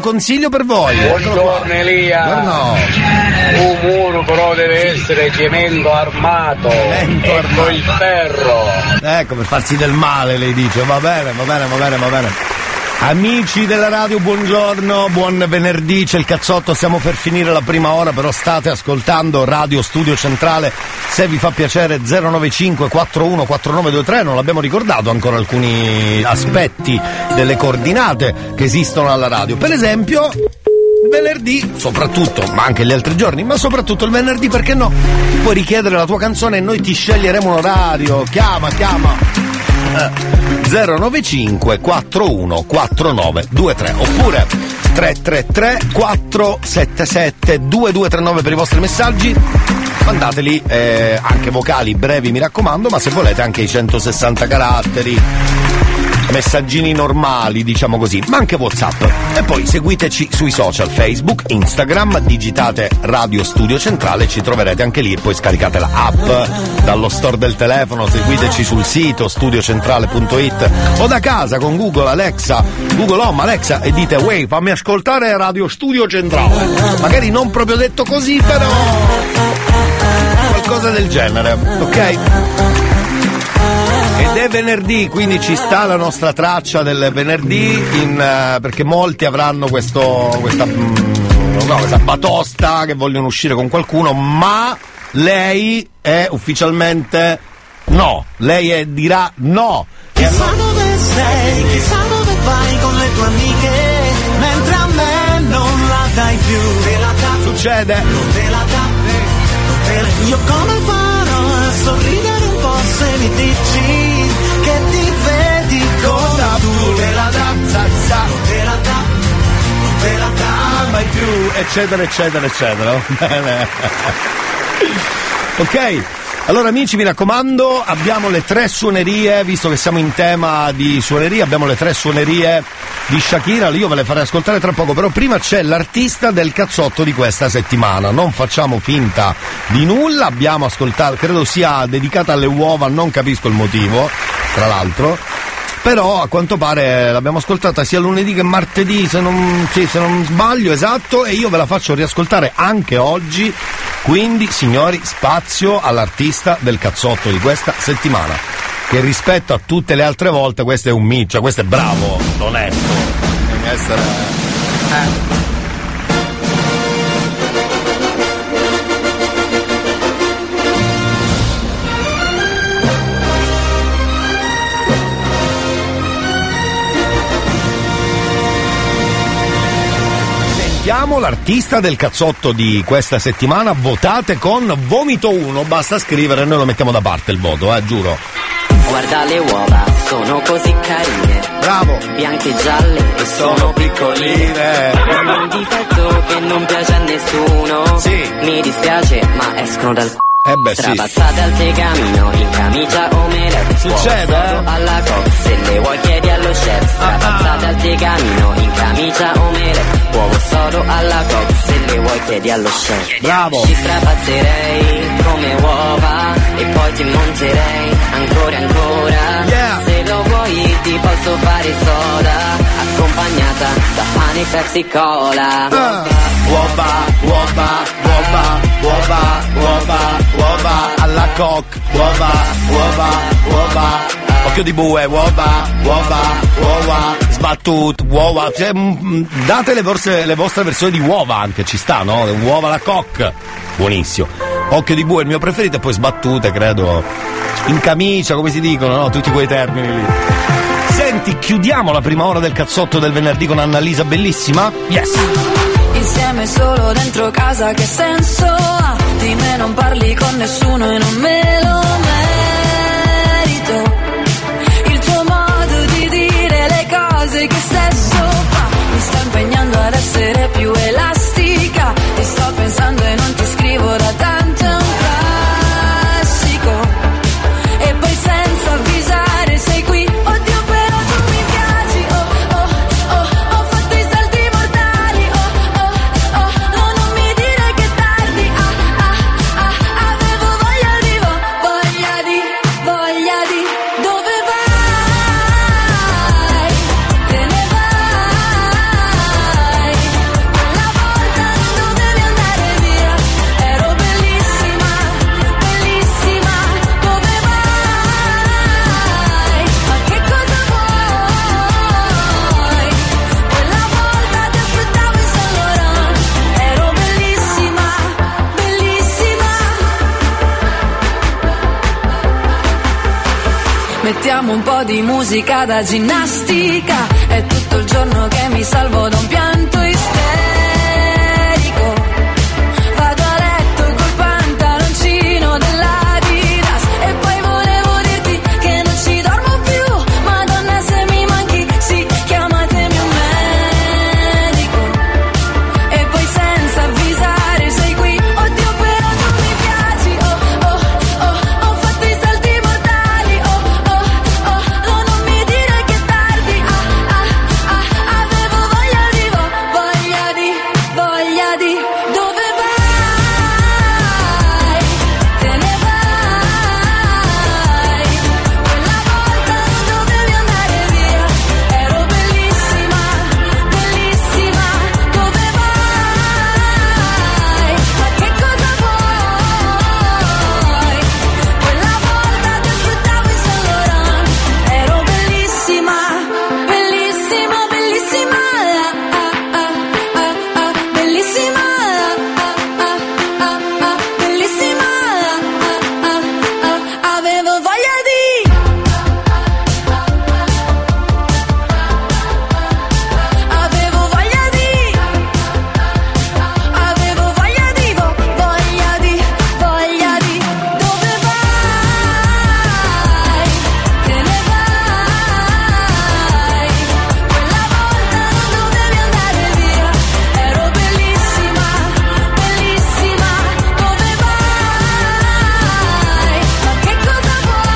S1: consiglio per voi.
S16: Buongiorno Elia.
S1: Buongiorno.
S16: Un muro però deve essere cemento armato. Ecco il ferro.
S1: Ecco, per farsi del male lei dice. Va bene. Amici della radio, buongiorno, buon venerdì, c'è il cazzotto, stiamo per finire la prima ora, però state ascoltando Radio Studio Centrale, se vi fa piacere 095 41 4923, non l'abbiamo ricordato ancora alcuni aspetti delle coordinate che esistono alla radio, per esempio venerdì, soprattutto, ma anche gli altri giorni, ma soprattutto il venerdì, perché no? Puoi richiedere la tua canzone e noi ti sceglieremo un orario, chiama 095 41 49 23 oppure 333 477 2239 per i vostri messaggi, mandateli anche vocali brevi mi raccomando, ma se volete anche i 160 caratteri, messaggini normali diciamo così, ma anche WhatsApp. E poi seguiteci sui social, Facebook, Instagram, digitate Radio Studio Centrale, ci troverete anche lì e poi scaricate la app dallo store del telefono, seguiteci sul sito studiocentrale.it o da casa con Google Home Alexa e dite "Wey, fammi ascoltare Radio Studio Centrale". Magari non proprio detto così, però qualcosa del genere, ok? Ed è venerdì, quindi ci sta la nostra traccia del venerdì perché molti avranno questa batosta che vogliono uscire con qualcuno, ma lei è ufficialmente no, dirà no. E
S11: chissà dove sei, chissà dove vai con le tue amiche, mentre a me non la dai più. Te la dà,
S1: succede,
S11: non te la dà, io come farò a sorridere un po' se mi dici che ti vedi con tu? Te la dà, te la dà, non te la dà
S1: mai più, eccetera. Bene. Ok. Allora amici, mi raccomando, abbiamo le 3 suonerie, visto che siamo in tema di suonerie, abbiamo le 3 suonerie di Shakira, io ve le farei ascoltare tra poco, però prima c'è l'artista del cazzotto di questa settimana, non facciamo finta di nulla, abbiamo ascoltato, credo sia dedicata alle uova, non capisco il motivo, tra l'altro, però a quanto pare l'abbiamo ascoltata sia lunedì che martedì, se non sbaglio, esatto, e io ve la faccio riascoltare anche oggi. Quindi, signori, spazio all'artista del cazzotto di questa settimana, che rispetto a tutte le altre volte questo è un miccia, questo è bravo, onesto, deve essere... L'artista del cazzotto di questa settimana, votate con Vomito 1, basta scrivere e noi lo mettiamo da parte il voto, giuro.
S2: Guarda le uova, sono così carine.
S1: Bravo.
S2: Bianche e gialle e sono piccoline. Hanno un difetto che non piace a nessuno.
S1: Sì.
S2: Mi dispiace ma escono dal strapazzate
S1: sì.
S2: Al tegamino, in camicia o omelette.
S1: Succede
S2: alla cox, se le vuoi chiedi allo chef. Strapazzate al tegamino, in camicia o omelette. Uovo sodo alla cox, se le vuoi chiedi allo chef.
S1: Bravo.
S2: Ci strapazzerei come uova e poi ti monterei ancora e ancora.
S1: Yeah.
S2: Se lo vuoi ti posso fare soda, accompagnata da pane e Pepsi Cola.
S1: Uova alla coc, uova, occhio di bue, uova, sbattut, uova, cioè, date le vostre versioni di uova anche, ci sta, no? Uova alla coc, buonissimo. Occhio di bue è il mio preferito e poi sbattute, credo, in camicia, come si dicono, no? Tutti quei termini lì. Senti, chiudiamo la prima ora del cazzotto del venerdì con Annalisa, bellissima? Yes!
S14: Insieme solo dentro casa, che senso ha? Di me non parli con nessuno e non me lo merito. Il tuo modo di dire le cose, che sesso fa? Mi sta impegnando ad essere più elastica. Ti sto pensando e non ti scrivo da tanto, è un classico. E poi senza avvisare sei qui. Oddio però tu mi piaci, ho fatto i salti mortali, no non mi dire che tardi, avevo voglia di mettiamo un po' di musica da ginnastica. È tutto il giorno che mi salvo da un pianto isterico. Vado a letto col pantaloncino dell'Adidas e poi volevo dirti che non ci dormo più. Madonna, se mi manchi, sì, chiamatemi un medico. E poi senza avvisare sei qui. Oddio, però tu mi piaci. Oh, oh, oh, ho fatto i salti mortali. Oh, oh, oh, no, non mi dire che è tardi. Ah, ah, ah, avevo voglia di dove vai? Te ne vai. Quella volta non dovevi andare via. Ero bellissima, bellissima. Dove vai? Ma che cosa vuoi? Quella volta ti aspettavo in Saint Laurent. Ero bellissima, bellissima, bellissima. Bellissima, bellissima. Avevo voglia di dove vai? Te ne vai. Quella volta non dovevi andare via. Ero bellissima, bellissima. Dove vai? Ma che cosa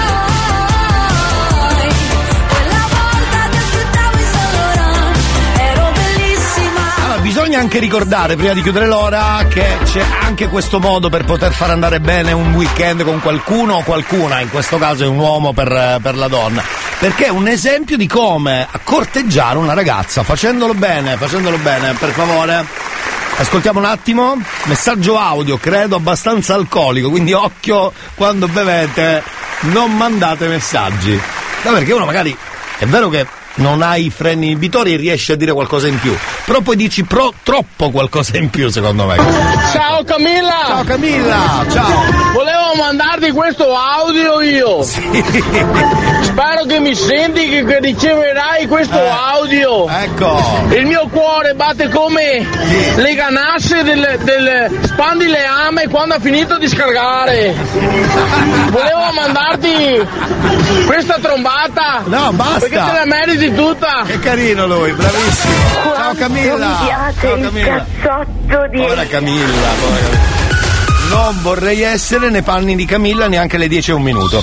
S14: vuoi? Quella volta ti aspettavo in Saint Laurent. Ero bellissima.
S1: Allora, bisogna anche ricordare, prima di chiudere l'ora, che c'è anche questo modo per poter far andare bene un weekend con qualcuno o qualcuna, in questo caso è un uomo per la donna, perché è un esempio di come corteggiare una ragazza, facendolo bene, per favore. Ascoltiamo un attimo, messaggio audio, credo abbastanza alcolico, quindi occhio quando bevete, non mandate messaggi. No, perché uno magari, è vero che non ha i freni inibitori e riesce a dire qualcosa in più, però poi dici troppo qualcosa in più, secondo me.
S16: Ciao Camilla!
S1: Ciao Camilla, ciao!
S16: Volevo mandarti questo audio io!
S1: Sì.
S16: Spero che mi senti, che riceverai questo audio!
S1: Ecco!
S16: Il mio cuore batte come le ganasse del spandileame quando ha finito di scaricare! Volevo mandarti questa trombata!
S1: No, basta!
S16: Perché te la meriti tutta!
S1: Che carino lui, bravissimo! Ciao Camilla!
S21: Mi piace
S1: Ciao
S21: il
S1: Camilla!
S21: cazzotto di
S1: Povera Camilla, povera Camilla. Non vorrei essere nei panni di Camilla neanche alle 10 e un minuto.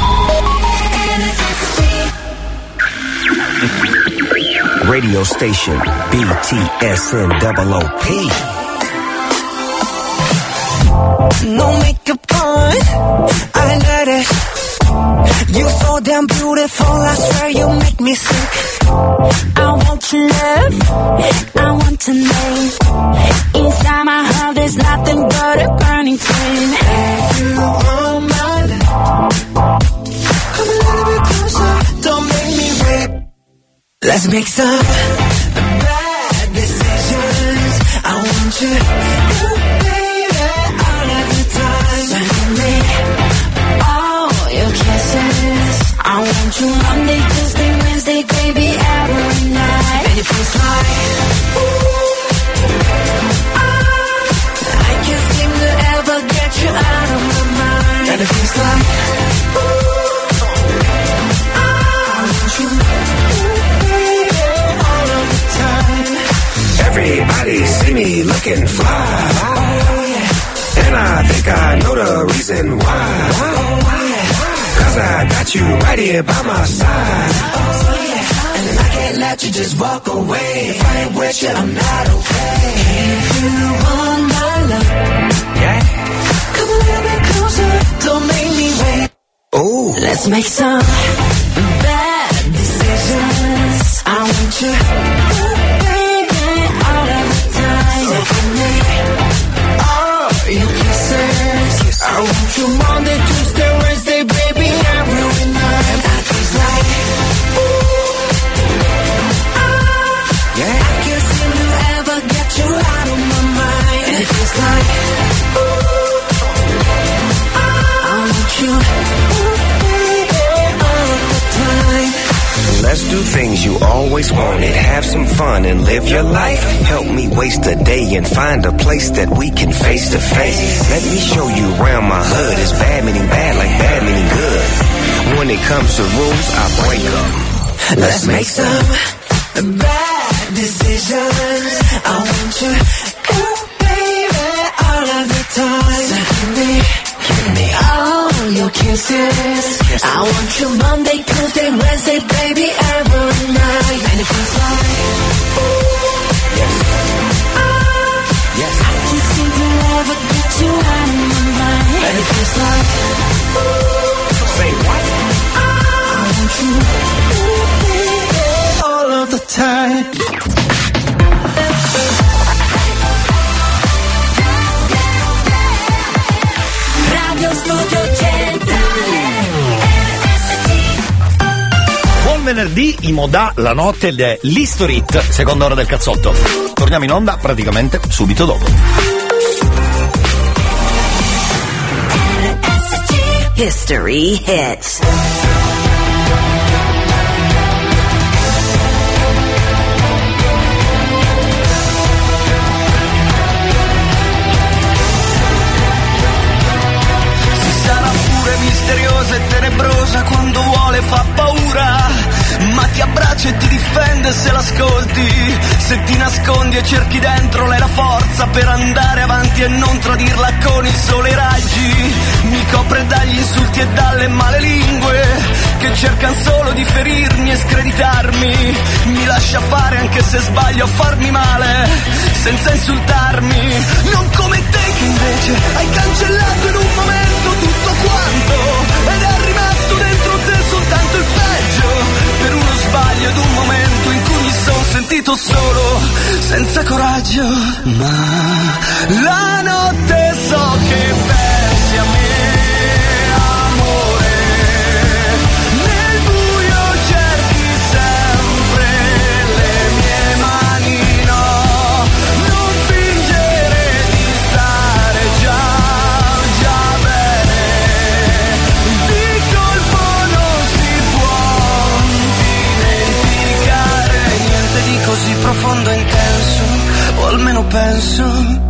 S5: Radio station BTSN OOP.
S11: No makeup on, I let it. You so damn beautiful, I swear you make me sick. I want your love, I want to know. Inside my heart there's nothing but a burning flame. If you want my love, come a little bit closer, don't make me wait. Let's make some bad decisions. I want you, baby, all of the time. Send me all your kisses. I want you Monday, Tuesday, Wednesday, baby, every night. And it feels like, I can't seem to ever get you out of my mind. And it feels like, I want you, baby, all of the time.
S5: Everybody see me looking fly, and I think I know the reason why. Cause I got you right here by my side.
S11: And I can't let you just walk away. If I ain't with you, I'm not okay. If you want my love, yeah, come a little bit closer, don't make me wait.
S5: Oh,
S11: let's make some bad decisions. I want you, baby, all of the time. So give me all your kisses. I want you Monday, Tuesday, Wednesday, baby, every night. That feels like, I can't seem to ever get you out of my mind. And it feels like, I want you, baby, all of the time.
S5: Let's do things you always wanted. Have some fun and live your life. Help me waste a day and find a place that we can face to face. Let me show you around my hood. It's bad meaning bad like bad meaning good. When it comes to rules, I break them.
S11: Let's make some bad decisions. I want you, ooh, baby, all of the time. So give me all your kisses. I want you Monday, Tuesday, Wednesday, baby, every night. And it feels like, ooh, yes. I can't seem to ever get you out of my mind. And it feels like, ooh, say what? I want you, ooh, baby, all of the time.
S12: Radio Studio Centrale.
S1: Buon venerdì, Imodà, la notte ed è l'Historit, seconda ora del cazzotto. Torniamo in onda praticamente subito dopo.
S17: History Hits.
S11: Misteriosa e tenebrosa, quando vuole fa paura, ma ti abbraccia e ti difende se l'ascolti. Se ti nascondi e cerchi dentro lei la forza per andare avanti e non tradirla con il sole e i raggi. Mi copre dagli insulti e dalle male lingue che cercano solo di ferirmi e screditarmi. Mi lascia fare anche se sbaglio a farmi male senza insultarmi. Non come te che invece hai cancellato in un momento tutto quanto ed è rimasto dentro te soltanto il peggio. Per uno sbaglio ed un momento in cui mi sono sentito solo, senza coraggio. Ma la notte so che pensi a me, amore. Nel buio cerchi sempre le mie mani, no. Non fingere di stare già bene. Di colpo non si può dimenticare niente di così profondo e intenso, o almeno penso.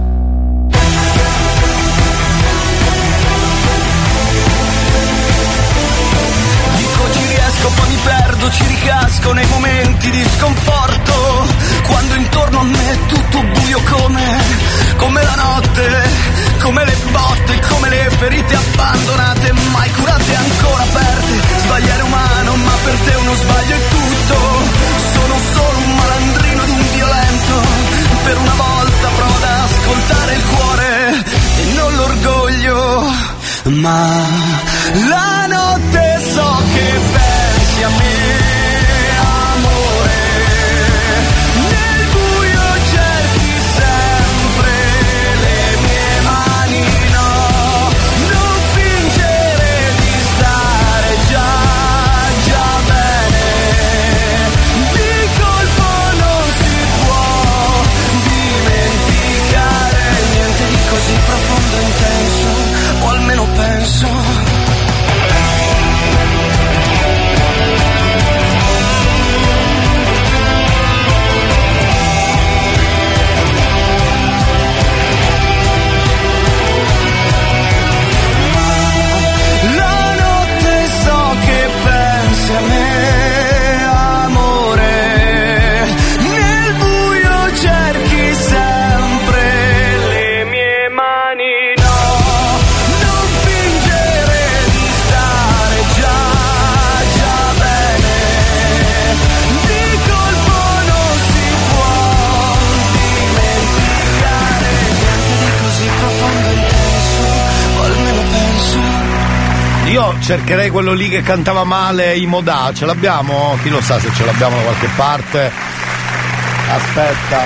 S11: Poi mi perdo, ci ricasco nei momenti di sconforto, quando intorno a me è tutto buio come la notte, come le botte, come le ferite abbandonate, mai curate, ancora aperte. Sbagliare è umano, ma per te uno sbaglio è tutto. Sono solo un malandrino ed un violento. Per una volta provo ad ascoltare il cuore e non l'orgoglio. Ma la notte so che pensi a me, amore. Nel buio cerchi sempre le mie mani, no. Non fingere di stare già bene. Di colpo non si può dimenticare niente di così profondo e intenso, o almeno penso. A me, amore, nel buio cerchi sempre le mie mani, no. Non fingere di stare già bene. Di colpo non si può dimenticare niente di così profondo e intenso, o almeno penso.
S1: Io cercherei quello lì che cantava male, Imodà, ce l'abbiamo? Chi lo sa se ce l'abbiamo da qualche parte? Aspetta.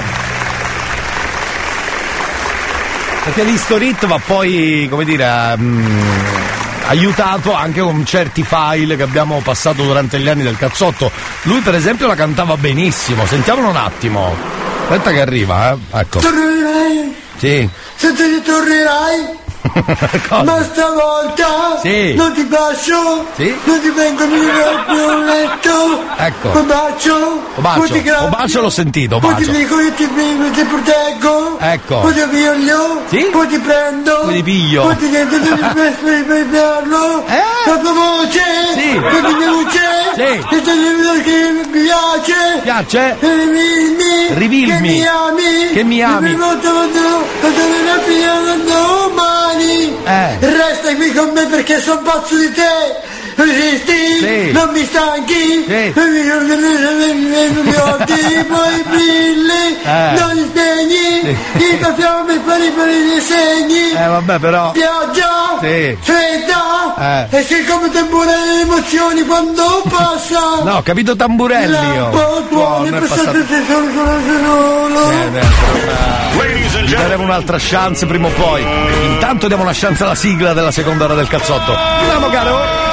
S1: Perché l'Historit va poi, come dire, aiutato anche con certi file che abbiamo passato durante gli anni del cazzotto. Lui per esempio la cantava benissimo, sentiamolo un attimo. Aspetta che arriva, ecco.
S19: Tornerai?
S1: Sì.
S19: Se te ne tornerai? Ma stavolta non ti bacio, non ti vengo più a letto.
S1: Ecco.
S19: Poi bacio, poi ti grabbio,
S1: bacio l'ho sentito,
S19: poi
S1: bacio.
S19: ti dico io ti proteggo,
S1: ecco.
S19: Poi ti piglio, poi ti prendo,
S1: poi ti piglio,
S19: poi ti chiedo di parlo, la tua voce, la tua luce, che mi
S1: piace,
S19: rivilmi, che mi ami, domani resta qui con me perché sono pazzo di te. Resisti, non mi stanchi, non mi odi, poi brilli, non li spegni, i tuoi fiamme per i segni,
S1: vabbè però,
S19: pioggia, fredda, e sei come tamburelli le emozioni quando passa.
S1: No, ho capito tamburelli io.
S19: Non è passato solo.
S1: Gli daremo un'altra chance prima o poi. Intanto diamo una chance alla sigla della seconda ora del cazzotto. Andiamo caro.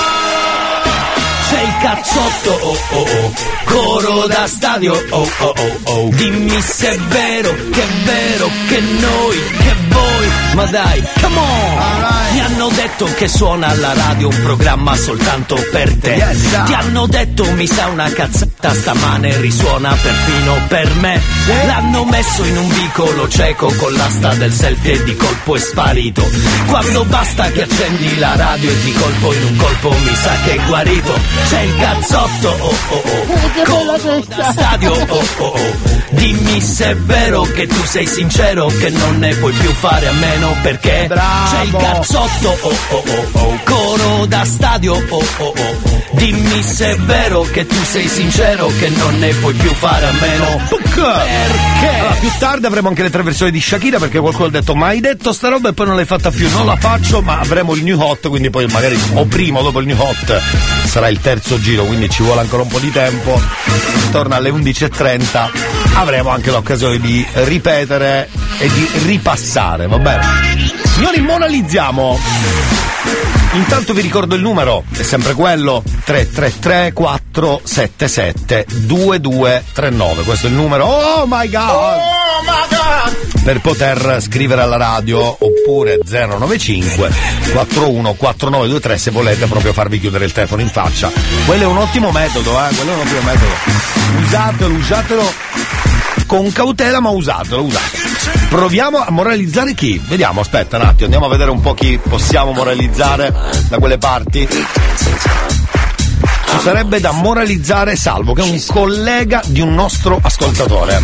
S18: C'è il cazzotto, oh oh oh, coro da stadio, oh oh oh oh. Dimmi se è vero che noi, che voi, ma dai, come on! Mi hanno detto che suona alla radio un programma soltanto per te. Ti hanno detto mi sa una cazzata, stamane risuona perfino per me. L'hanno messo in un vicolo cieco con l'asta del selfie e di colpo è sparito. Quando basta che accendi la radio e di colpo in un colpo mi sa che è guarito. C'è il cazzotto, oh oh oh, coro da stadio, oh oh oh. Dimmi se è vero che tu sei sincero, che non ne puoi più fare a meno perché c'è il cazzotto, oh oh oh oh, coro da stadio, oh oh oh. Dimmi se è vero che tu sei sincero, che non ne puoi più fare a meno perché?
S1: Allora, più tardi avremo anche le 3 versioni di Shakira, perché qualcuno ha detto ma hai detto sta roba e poi non l'hai fatta più. Non la faccio, ma avremo il new hot, quindi poi magari o prima o dopo il new hot sarà il terzo giro, quindi ci vuole ancora un po' di tempo. Intorno alle 11:30 avremo anche l'occasione di ripetere e di ripassare, va bene? Signori, moralizziamo. Intanto vi ricordo il numero, è sempre quello, 333 477 2239, questo è il numero, oh my god, per poter scrivere alla radio, oppure 095 41 4923 se volete proprio farvi chiudere il telefono in faccia. Quello è un ottimo metodo, quello è un ottimo metodo, usatelo con cautela, ma usatelo. Proviamo a moralizzare chi? Vediamo, aspetta un attimo, andiamo a vedere un po' chi possiamo moralizzare da quelle parti. Ci sarebbe da moralizzare Salvo, che è un collega di un nostro ascoltatore.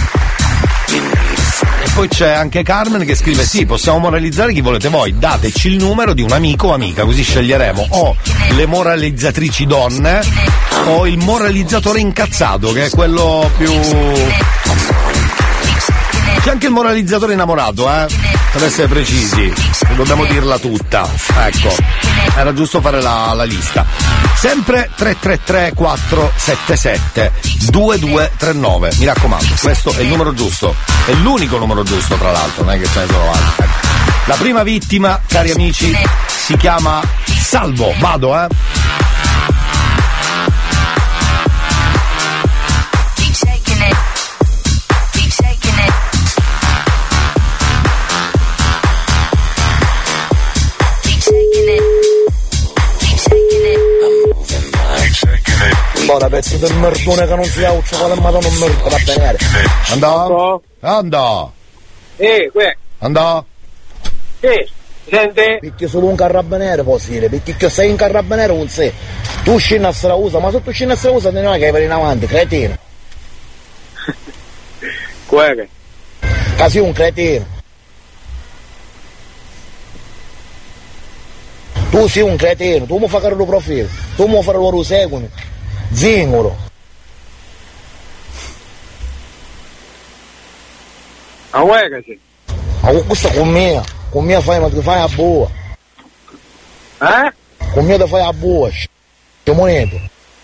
S1: E poi c'è anche Carmen che scrive sì, possiamo moralizzare chi volete voi, dateci il numero di un amico o amica, così sceglieremo o le moralizzatrici donne o il moralizzatore incazzato, che è quello più... C'è anche il moralizzatore innamorato, per essere precisi, dobbiamo dirla tutta, ecco, era giusto fare la lista. Sempre 333 477 2239, mi raccomando, questo è il numero giusto, è l'unico numero giusto tra l'altro, non è che ce ne sono altri. La prima vittima, cari amici, si chiama Salvo, vado
S20: Ora pezzo del merdone che non si ha ucciso ma non merda da bene.
S1: Andò.
S20: Qui.
S1: Andò.
S20: Senti? Perché solo un carabiniere può dire, perché sei un carabiniere non sei. Tu scendi a Strausa, ma se tu scendi a Strausa non è che vai in avanti, cretino.
S10: Che?
S20: Che sei un cretino. Tu sei un cretino, tu mi fai fare il profilo, tu mi fai il seguono. Zingolo.
S10: A uè che sei?
S20: Ma questa con mia fai, ma ti fai a boa. Con mia ti fai a boa, che moneta.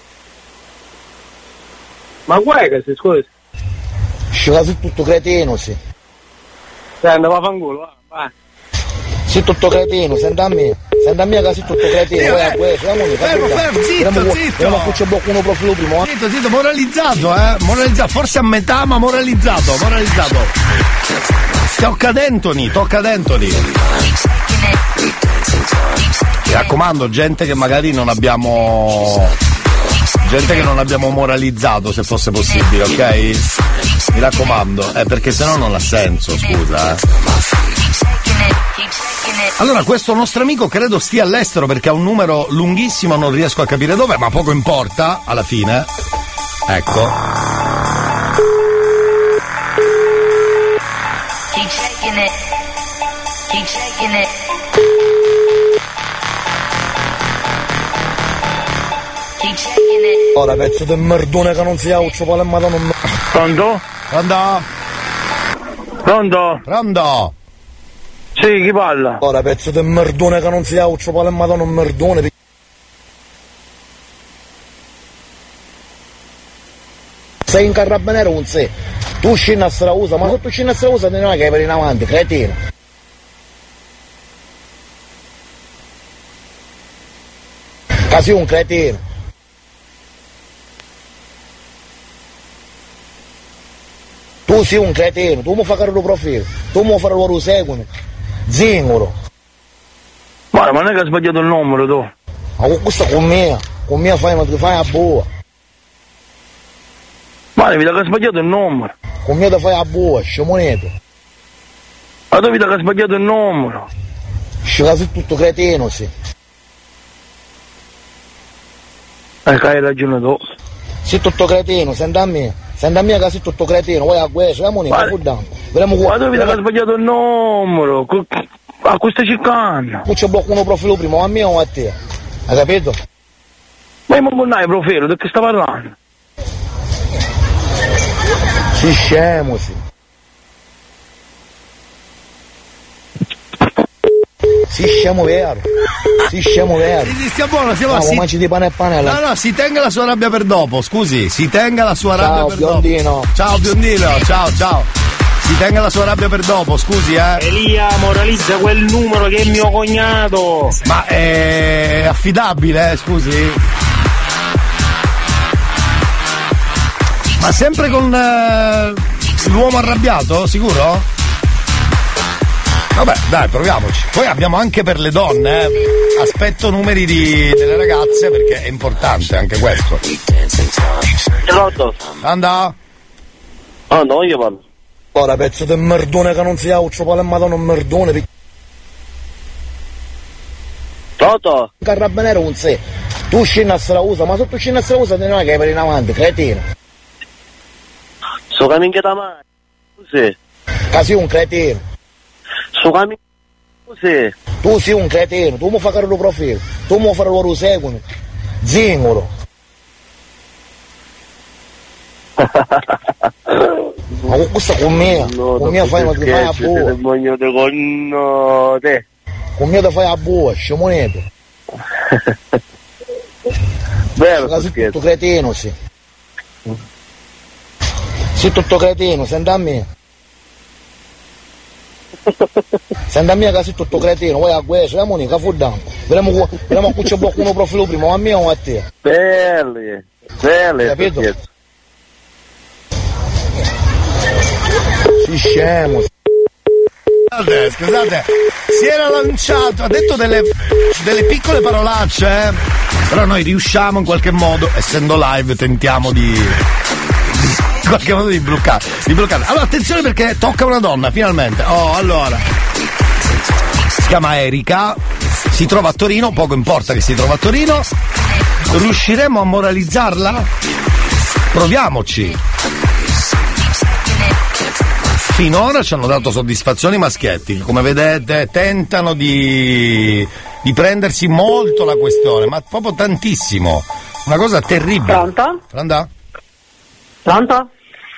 S10: Ma uè che sei, scusa?
S20: Scivola su tutto cretino, sì.
S10: Andava a fanculo, va.
S20: Sei tutto cretino, senta a me che sei tutto cretino, vai a questo,
S1: fermo, zitto.
S20: Ma c'è uno profilo primo.
S1: Zitto, moralizzato, forse a metà, ma moralizzato. Tocca dentoni. Mi raccomando, gente che magari non abbiamo moralizzato, se fosse possibile, ok? Mi raccomando, perché sennò non ha senso, scusa. Allora, questo nostro amico credo stia all'estero perché ha un numero lunghissimo, non riesco a capire dove, ma poco importa, alla fine. Ecco.
S9: Keep shaking it.
S20: Ora pezzo di merdone che non si auccio, poi non.
S16: Pronto? Sì, chi parla?
S20: Ora pezzo di merdone che non si auccio, poi non merdone. Sei in carabiniere un sé. Tu scindi a strausa, ma se tu scindi a strausa non è che per in avanti, cretino. Casi un cretino. Tu sei un cretino, tu mi fai fare il profilo, tu mi fai il seguito, zingaro.
S16: Ma non è che hai sbagliato il numero tu?
S20: Ma questo con me fai a boa.
S16: Ma devi che hai sbagliato il numero.
S20: Con me ti fai a boa, sciamoneto.
S16: Ma tu vedi che hai sbagliato il numero.
S20: Sei tutto cretino, sì.
S16: Che hai ragione tu.
S20: Sei tutto cretino, senta a me che sei tutto cretino, vai a questo, vediamo
S16: ma tu vedi che hai sbagliato il numero. A questo cercando.
S20: Tu c'è uno profilo prima, a me o a te? Hai capito?
S16: Ma io non hai profilo, di che sta parlando?
S20: Sei scemo, sì. Sì, scemo vero.
S1: Sì, stia buono,
S20: no, mangi di pane e panella.
S1: No, si tenga la sua rabbia per dopo, scusi, si tenga la sua rabbia per
S20: biondino.
S1: dopo. Ciao biondino, ciao. Si tenga la sua rabbia per dopo, scusi,
S16: Elia, moralizza quel numero che è mio cognato.
S1: Ma è affidabile, scusi? Ma sempre con l'uomo arrabbiato, sicuro? Vabbè, dai, proviamoci. Poi abbiamo anche per le donne, aspetto numeri delle ragazze perché è importante anche questo.
S10: Pronto?
S1: Anda?
S10: Ah no, io parlo.
S20: Ora pezzo di merdone che non si auccio, poi non merdone.
S10: Pronto?
S20: Carabiniere un sé. Tu scendi a strausa, ma se tu scendi a strausa non è che per in avanti, cretino.
S10: So cammino da mano. Sì.
S20: Casi un cretino.
S10: So cammino. Sì.
S20: Tu sei un cretino, tu mi fai fare il profilo, tu mi fai il seguito, zingaro. Ma questo con me fai a boa. Con me ti fai a boa, sciamoneto.
S10: Vero,
S20: sei tutto cretino, sì. Sei tutto cretino, senta a me. Senta a me che sei tutto cretino, vai a questo, vediamo che fuddamo. Vediamo qui c'è uno profilo prima, a me o a te.
S10: Belli,
S20: capito? Si scemo.
S1: Scusate, si era lanciato, ha detto delle piccole parolacce, però noi riusciamo in qualche modo, essendo live, tentiamo in qualche modo di bloccare. Allora attenzione perché tocca una donna, finalmente. Allora. Si chiama Erika, si trova a Torino, poco importa che si trova a Torino. Riusciremo a moralizzarla? Proviamoci. Finora ci hanno dato soddisfazioni i maschietti, come vedete tentano di prendersi molto la questione, ma proprio tantissimo, una cosa terribile.
S4: Pronto?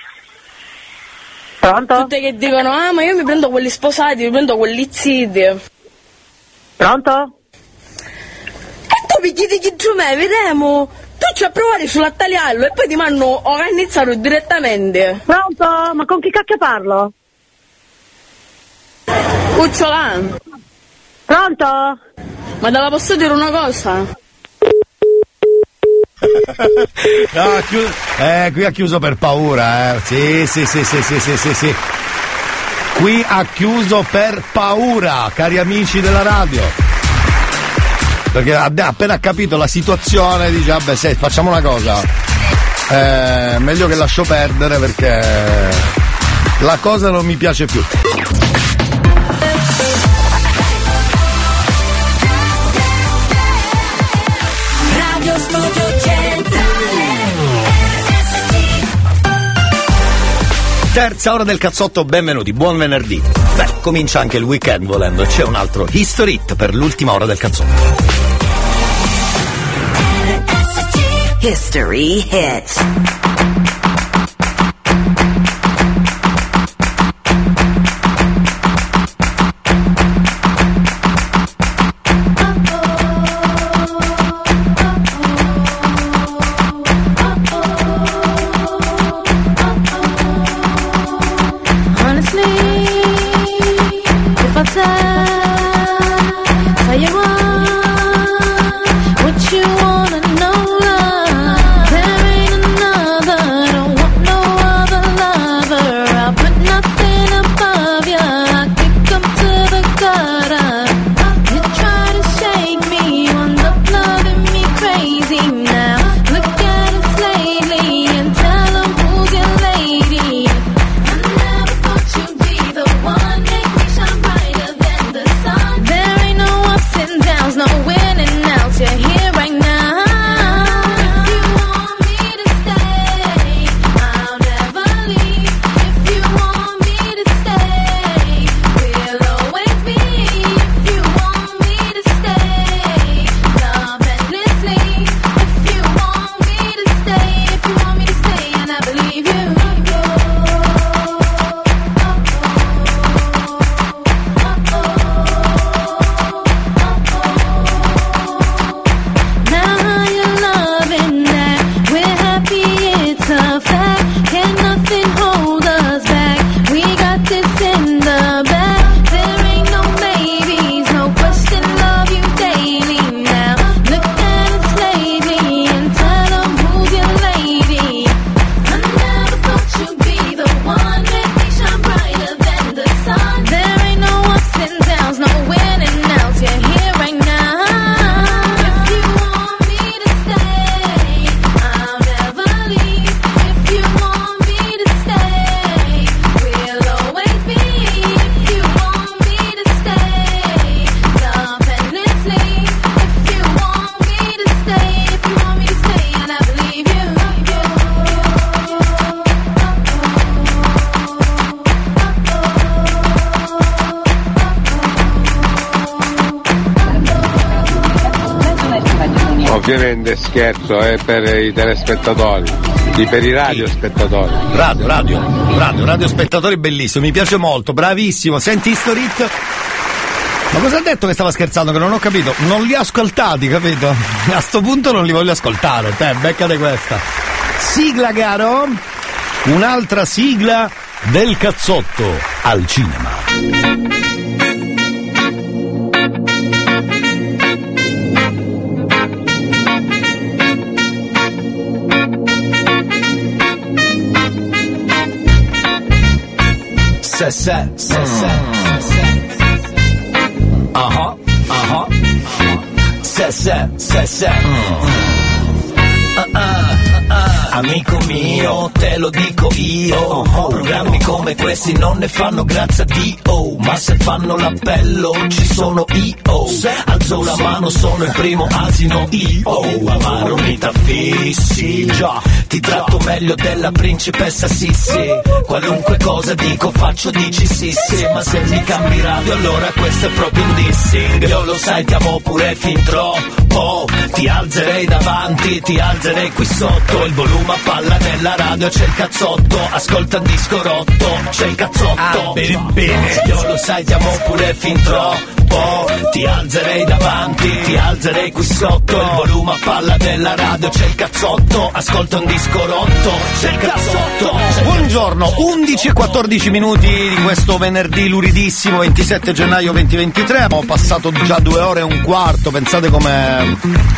S4: Tutte che dicono, ma io mi prendo quelli sposati, mi prendo quelli zitti. Pronto? E tu mi chiedi chi giù me, vediamo. Tu ci a provare sull'attaliallo e poi ti hanno organizzato direttamente.
S7: Pronto? Ma con chi cacchio parlo?
S4: Cucciolan. Pronto? Ma te la posso dire una cosa?
S1: No, qui ha chiuso per paura, Sì. Qui ha chiuso per paura, cari amici della radio. Perché ha appena capito la situazione, dice vabbè, facciamo una cosa. Meglio che lascio perdere perché la cosa non mi piace più.
S12: Radio Studio Centrale.
S1: Terza ora del cazzotto, benvenuti, buon venerdì. Beh, comincia anche il weekend volendo, c'è un altro History Hit per l'ultima ora del cazzotto.
S17: History Hit.
S3: Ovviamente scherzo, è per i telespettatori, per i radiospettatori.
S1: Radio spettatori, bellissimo, mi piace molto, bravissimo. Senti History Hit. Ma cosa ha detto che stava scherzando? Che non ho capito. Non li ho ascoltati, capito? A sto punto non li voglio ascoltare. Beccate questa. Sigla, caro. Un'altra sigla del cazzotto al cinema.
S18: Amico mio, te lo dico io, programmi come questi non ne fanno grazie a Dio, ma se fanno l'appello ci sono io, alzo la mano, sono il primo asino io, amaro mi t'affissi, già, ti tratto meglio della principessa Sissi, qualunque cosa dico faccio dici sì, ma se mi cambi radio allora questo è proprio un dissing, io lo sai ti amo pure fin troppo, ti alzerei davanti, ti alzerei qui sotto, il volume a palla nella radio c'è il cazzotto, ascolta un disco rotto, c'è il cazzotto, bene, io lo sai ti amo pure fin troppo, po', ti alzerei davanti, ti alzerei qui sotto, il volume a palla della radio, c'è il cazzotto, ascolta un disco rotto, c'è il cazzotto.
S1: Buongiorno, 11 e 14 minuti di questo venerdì luridissimo 27 gennaio 2023, abbiamo passato già 2 ore e un quarto, pensate come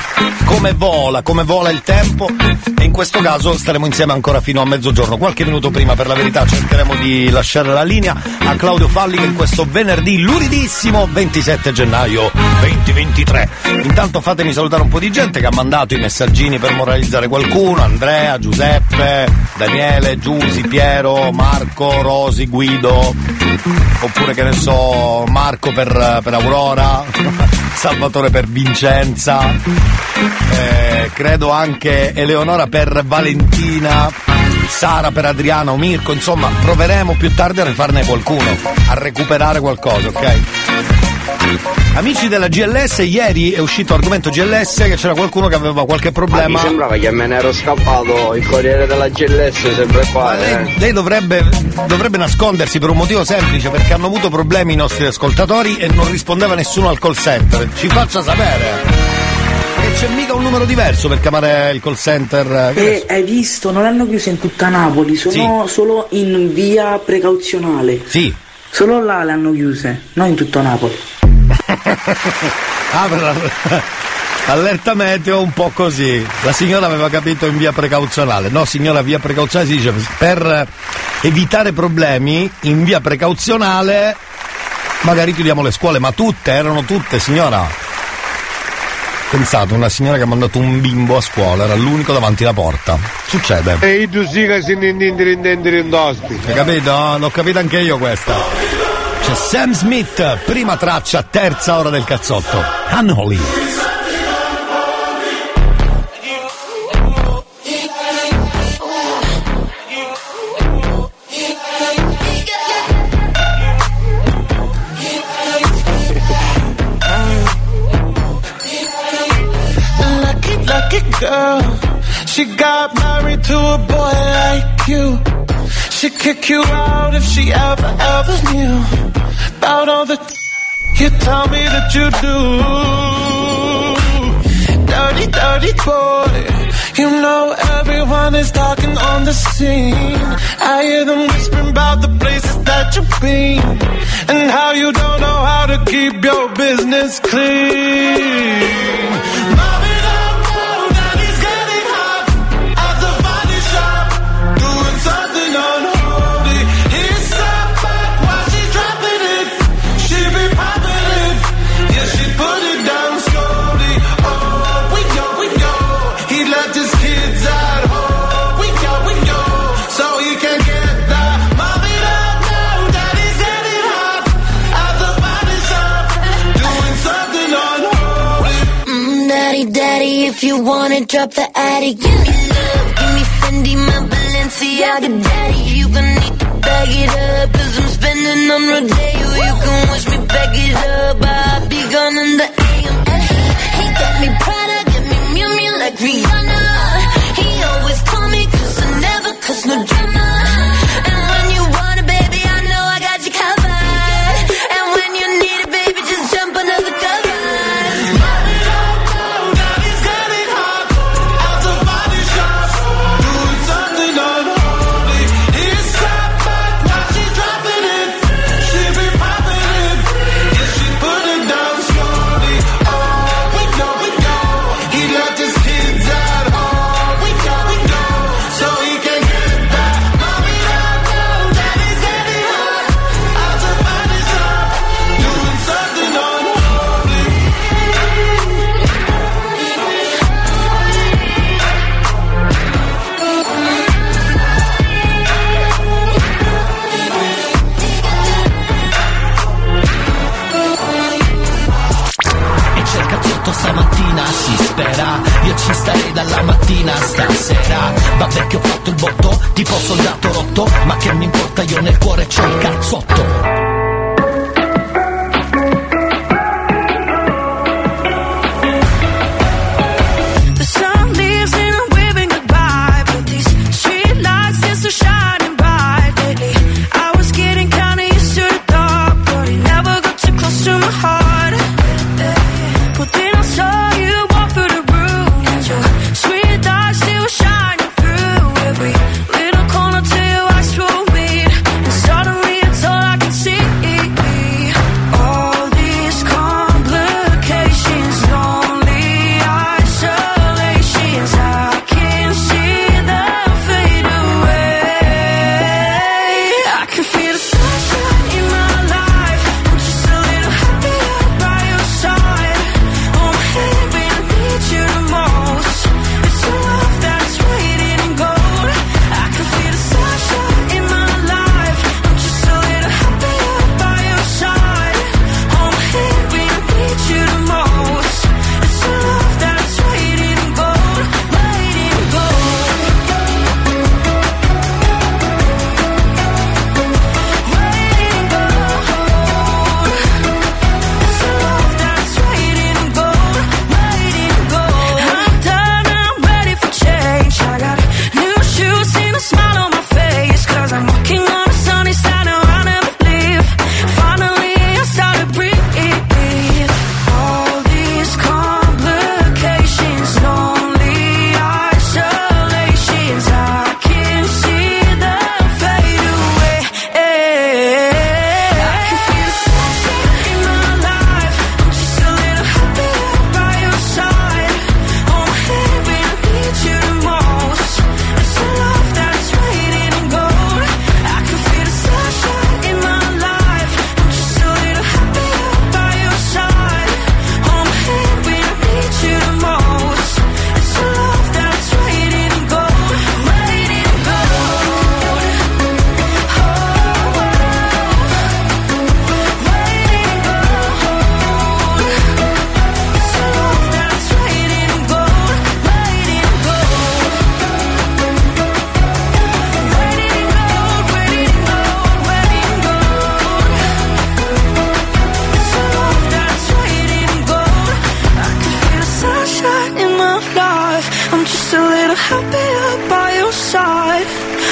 S1: vola il tempo, e in questo caso staremo insieme ancora fino a mezzogiorno, qualche minuto prima per la verità cercheremo di lasciare la linea a Claudio Falli che in questo venerdì luridissimo 27 gennaio 2023. Intanto fatemi salutare un po' di gente che ha mandato i messaggini per moralizzare qualcuno: Andrea, Giuseppe, Daniele, Giusi, Piero, Marco, Rosi, Guido, oppure che ne so, Marco per Aurora, Salvatore per Vincenza, credo anche Eleonora per Valentina, Sara per Adriana o Mirko, insomma proveremo più tardi a rifarne qualcuno, a recuperare qualcosa, ok? Amici della GLS, ieri è uscito argomento GLS che c'era qualcuno che aveva qualche problema.
S10: Mi sembrava che me ne ero scappato, il corriere della GLS sempre qua.
S1: Lei dovrebbe nascondersi per un motivo semplice, perché hanno avuto problemi i nostri ascoltatori e non rispondeva nessuno al call center. Ci faccia sapere. E c'è mica un numero diverso per chiamare il call center.
S6: Hai visto? Non l'hanno chiuso in tutta Napoli, sono solo in via precauzionale.
S1: Sì.
S6: Solo là le hanno chiuse, non in tutto Napoli.
S1: Allerta meteo un po' così. La signora aveva capito in via precauzionale. No signora, via precauzionale si dice per evitare problemi in via precauzionale magari chiudiamo le scuole, ma erano tutte signora. Pensate, una signora che ha mandato un bimbo a scuola, era l'unico davanti alla porta. Succede.
S3: E tu sì che si indosti.
S1: Hai capito? No, l'ho capito anche io questa. C'è Sam Smith, prima traccia, terza ora del cazzotto. Unholy.
S11: Girl, she got married to a boy like you. She'd kick you out if she ever knew about all the you tell me that you do. Dirty, dirty boy. You know everyone is talking on the scene. I hear them whispering about the places that you've been and how you don't know how to keep your business clean.
S9: Daddy, if you wanna drop the attic, give me love, give me Fendi, my Balenciaga daddy. You gonna need to bag it up, cause I'm spending on Rodeo. You can wish me back it up, I'll be gone in the AM. He got me Prada, got me Miu Miu like Rihanna. He always call me cause I never cause no drama. And when you want it, baby, I know I got you covered. And when you need it, baby, just jump under the covers.
S18: Stamattina si spera, io ci starei dalla mattina stasera. Vabbè che ho fatto il botto, tipo soldato rotto, ma che mi importa, io nel cuore c'ho il cazzotto.
S11: Heart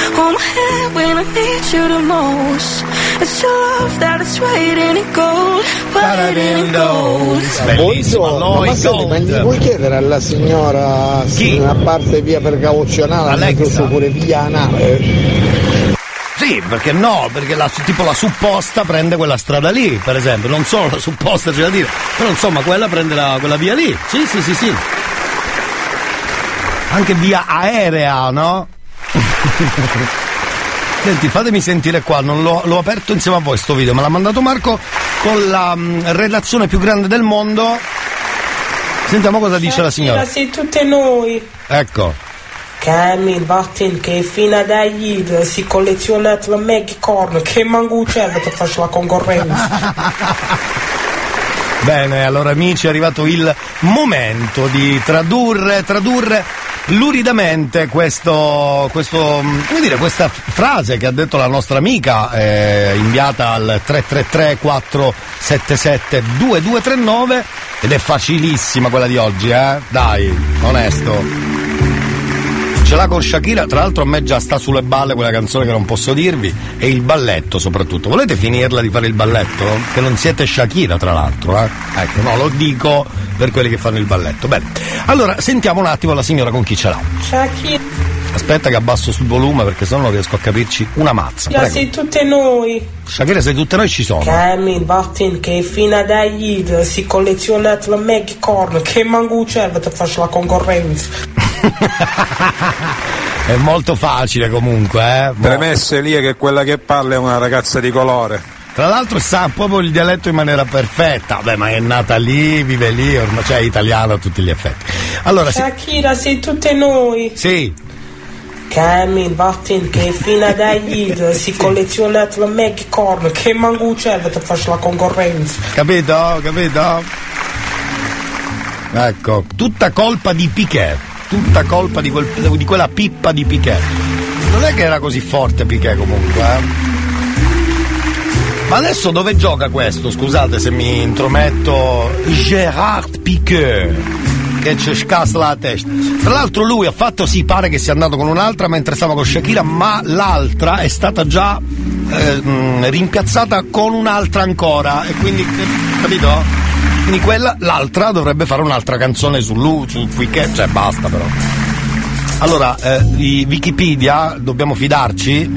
S14: on my head when I need you the most. It's your love that is waiting in gold, waiting in gold.
S20: Buongiorno, ma senti, ma gli puoi chiedere alla signora se a parte via precauzionale ha incluso pure via nave?
S1: Sì, perché no? Perché tipo la supposta prende quella strada lì, per esempio. Non solo la supposta c'è da dire, però insomma quella prende quella via lì. Sì. Anche via aerea, no? Senti, fatemi sentire qua, non l'ho aperto insieme a voi sto video, me l'ha mandato Marco con la redazione più grande del mondo. Sentiamo cosa dice la signora.
S7: Sì, tutte noi.
S1: Ecco.
S7: Cammin, vatten, che fino ad ahir si collezionato la Maggie Corn, che mango c'è per fare la concorrenza.
S1: Bene, allora amici, è arrivato il momento di tradurre luridamente questa frase che ha detto la nostra amica, inviata al 333 477 2239, ed è facilissima quella di oggi, dai, onesto. Ce l'ha con Shakira, tra l'altro a me già sta sulle balle quella canzone che non posso dirvi, e il balletto soprattutto. Volete finirla di fare il balletto? Che non siete Shakira, tra l'altro, Ecco, no, lo dico per quelli che fanno il balletto. Bene, allora sentiamo un attimo la signora con chi ce l'ha.
S7: Shakira.
S1: Aspetta che abbasso sul volume perché sennò non riesco a capirci una mazza. Prego.
S7: Sei tutte noi.
S1: Shakira, sei tutte noi, ci sono.
S7: Cammin, vatten, che fino ad ahir si collezionato la Maggie Corn, che mango c'è per fare la concorrenza.
S1: È molto facile comunque,
S8: Premesso Elia che quella che parla è una ragazza di colore.
S1: Tra l'altro sa proprio il dialetto in maniera perfetta. Beh, ma è nata lì, vive lì, ormai è italiana a tutti gli effetti. Allora,
S7: Shakira, sei tutte noi.
S1: Sì.
S7: Cammin, vatten, che fino ad ahir si collezionato la Maggie Corn, che mango c'è per fare la concorrenza.
S1: Capito? Ecco, tutta colpa di Piquet. Tutta colpa di quella pippa di Piquet. Non è che era così forte Piquet comunque, Ma adesso dove gioca questo? Scusate se mi intrometto. Gérard Piquet, che ci scassa la testa. Tra l'altro lui ha fatto, sì, pare che sia andato con un'altra mentre stava con Shakira, ma l'altra è stata già rimpiazzata con un'altra ancora, e quindi, capito? Quindi l'altra dovrebbe fare un'altra canzone su lui, su Piquet, cioè basta però. Allora, di Wikipedia dobbiamo fidarci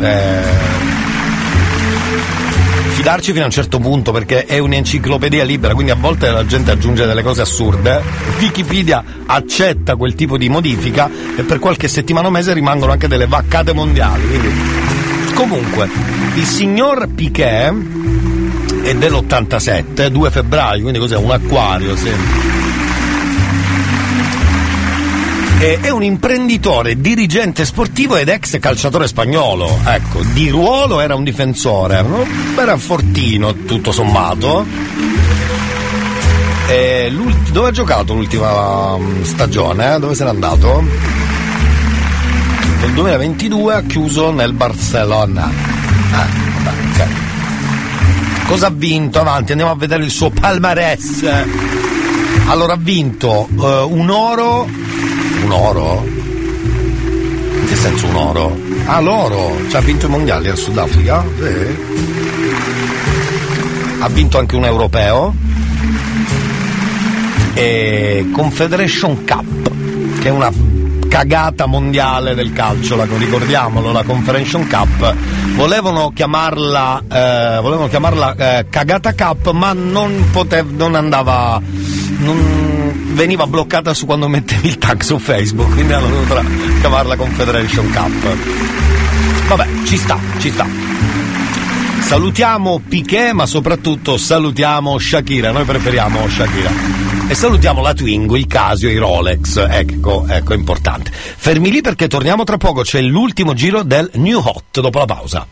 S1: fino a un certo punto, perché è un'enciclopedia libera, quindi a volte la gente aggiunge delle cose assurde. Wikipedia accetta quel tipo di modifica e per qualche settimana o mese rimangono anche delle vaccate mondiali. Quindi, comunque, il signor Piquet è dell'87, 2 febbraio, quindi cos'è? Un acquario, sì. È un imprenditore, dirigente sportivo ed ex calciatore spagnolo. Ecco, di ruolo era un difensore, no? Era fortino tutto sommato. Dove ha giocato l'ultima stagione? Dove se n'è andato? Nel 2022 ha chiuso nel Barcellona. Ok. Cosa ha vinto? Avanti, andiamo a vedere il suo palmarès. Allora, ha vinto un oro. Un oro? In che senso un oro? Ah, l'oro! Cioè ha vinto i mondiali al Sudafrica? Sì. Ha vinto anche un europeo. E Confederation Cup, che è una cagata mondiale del calcio, ricordiamolo, la Confederation Cup. Volevano chiamarla Cagata Cup, ma non veniva bloccata su quando mettevi il tag su Facebook, quindi hanno dovuto chiamarla Confederation Cup. Vabbè, ci sta. Salutiamo Piquet, ma soprattutto salutiamo Shakira, noi preferiamo Shakira. E salutiamo la Twingo, il Casio, i Rolex, ecco, importante. Fermi lì perché torniamo tra poco, c'è l'ultimo giro del New Hot dopo la pausa.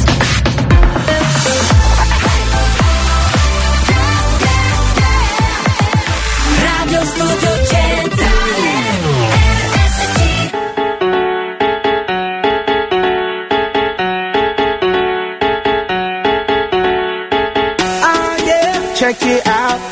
S12: Radio Studio Centrale RSC.
S11: Ah yeah, check it out.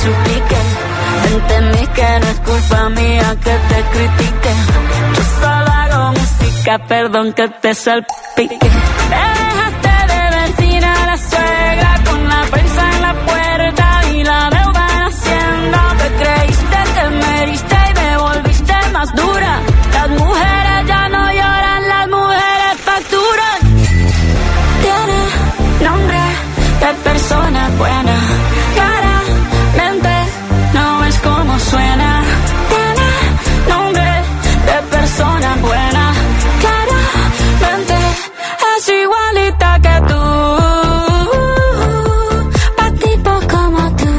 S14: suplique. Entendí que no es culpa mía que te critique. Yo solo hago música, perdón que te salpique. Dejaste de vecina a la suegra con la prensa en la puerta y la deuda en Hacienda. Te creíste que me heriste y me volviste más dura. Las mujeres ya no lloran, las mujeres facturan. Tiene nombre de persona buena, claramente no es como suena. Tiene nombre de persona buena, claramente es igualita que tú. Pa' tipo como tú,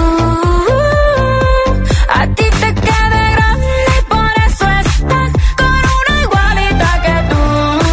S14: a ti te queda grande y por eso estás con una igualita que tú.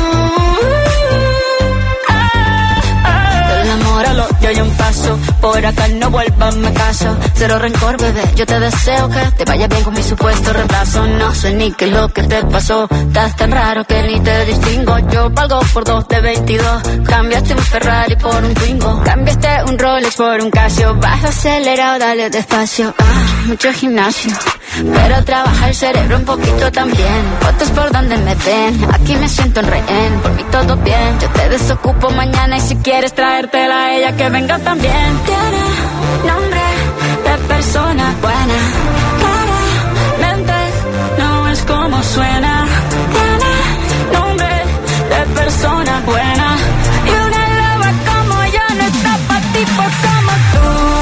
S14: Del amor al odio hay un paso, por acá no vuelvas, me caso. Cero rencor, bebé, yo te deseo que te vaya bien con mi supuesto reemplazo. No sé ni qué es lo que te pasó, estás tan raro que ni te distingo. Yo valgo por 2 de 22, cambiaste un Ferrari por un Twingo, cambiaste un Rolex por un Casio. Vas acelerado, dale despacio. Mucho gimnasio, pero trabaja el cerebro un poquito también. Fotos por donde me ven, aquí me siento en rehén. Por mí todo bien, yo te desocupo mañana y si quieres traértela a ella que venga también. Tiene nombre de persona buena, claramente no es como suena. Tiene nombre de persona buena y una loba como yo no está pa' tipos como tú.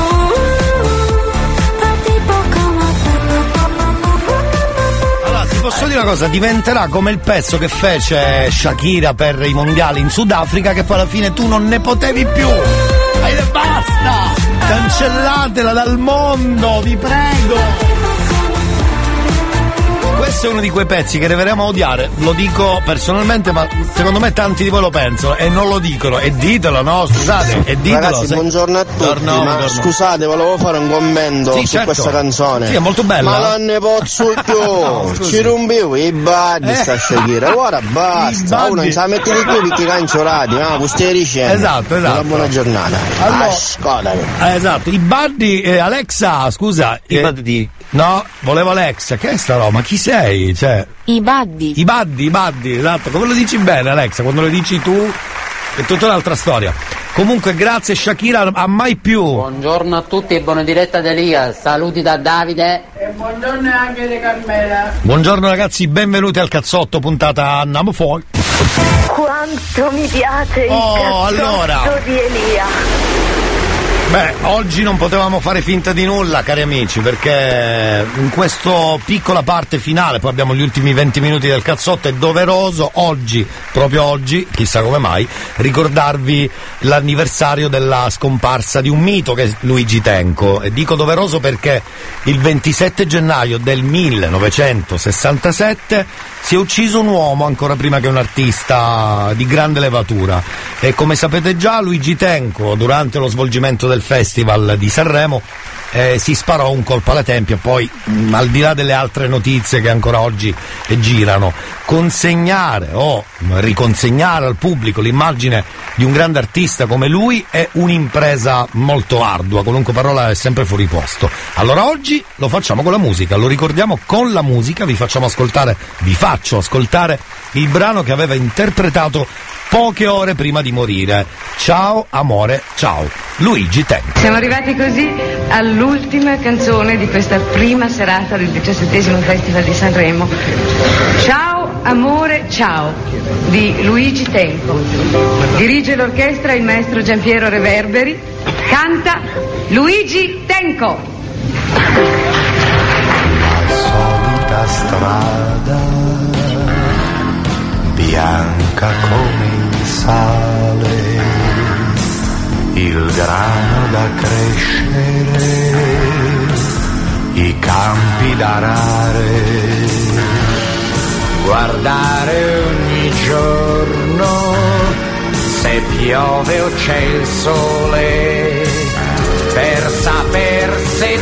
S1: Posso dire una cosa, diventerà come il pezzo che fece Shakira per i mondiali in Sudafrica, che poi alla fine tu non ne potevi più. Basta! Cancellatela dal mondo, vi prego! Questo è uno di quei pezzi che arriveremo a odiare, lo dico personalmente, ma secondo me tanti di voi lo pensano e non lo dicono, e ditelo, no? Scusate, e ditelo.
S2: Ragazzi, buongiorno a tutti, ma scusate, volevo fare un commento su questa canzone.
S1: Sì, è molto bella.
S2: Ma non ne posso più, no, ci rompevo i buddy sta Shakira, ora basta, uno non sa mettere più perché canciolati, ma queste ricette.
S1: Esatto.
S2: Una buona giornata.
S1: Allora, esatto, i buddy, Alexa, scusa.
S2: I buddy.
S1: No, volevo Alexa, che è sta roba? Chi sei? Cioè,
S13: I buddy,
S1: esatto, come lo dici bene Alexa, quando lo dici tu è tutta un'altra storia. Comunque grazie Shakira, a mai più.
S23: Buongiorno a tutti e buona diretta da Elia, saluti da Davide.
S24: E buongiorno anche di Carmela.
S1: Buongiorno ragazzi, benvenuti al cazzotto, puntata Andiamo fuori.
S21: Quanto mi piace il cazzotto di Elia.
S1: Beh, oggi non potevamo fare finta di nulla, cari amici, perché in questa piccola parte finale, poi abbiamo gli ultimi 20 minuti del cazzotto, è doveroso oggi, proprio oggi, chissà come mai, ricordarvi l'anniversario della scomparsa di un mito che è Luigi Tenco. E dico doveroso perché il 27 gennaio del 1967 si è ucciso un uomo ancora prima che un artista di grande levatura. E come sapete già, Luigi Tenco, durante lo svolgimento del Festival di Sanremo, si sparò un colpo alla tempia. Poi, al di là delle altre notizie che ancora oggi girano, consegnare o riconsegnare al pubblico l'immagine di un grande artista come lui è un'impresa molto ardua, qualunque parola è sempre fuori posto. Allora oggi lo facciamo con la musica, lo ricordiamo con la musica, vi faccio ascoltare il brano che aveva interpretato poche ore prima di morire. Ciao amore, ciao, Luigi Tenco.
S25: Siamo arrivati così all'ultima canzone di questa prima serata del 17° Festival di Sanremo. Ciao amore, ciao, di Luigi Tenco. Dirige l'orchestra il maestro Giampiero Reverberi. Canta Luigi Tenco.
S5: La solita strada, bianca come il sale, il grano da crescere, i campi da arare, guardare ogni giorno se piove o c'è il sole, per saper se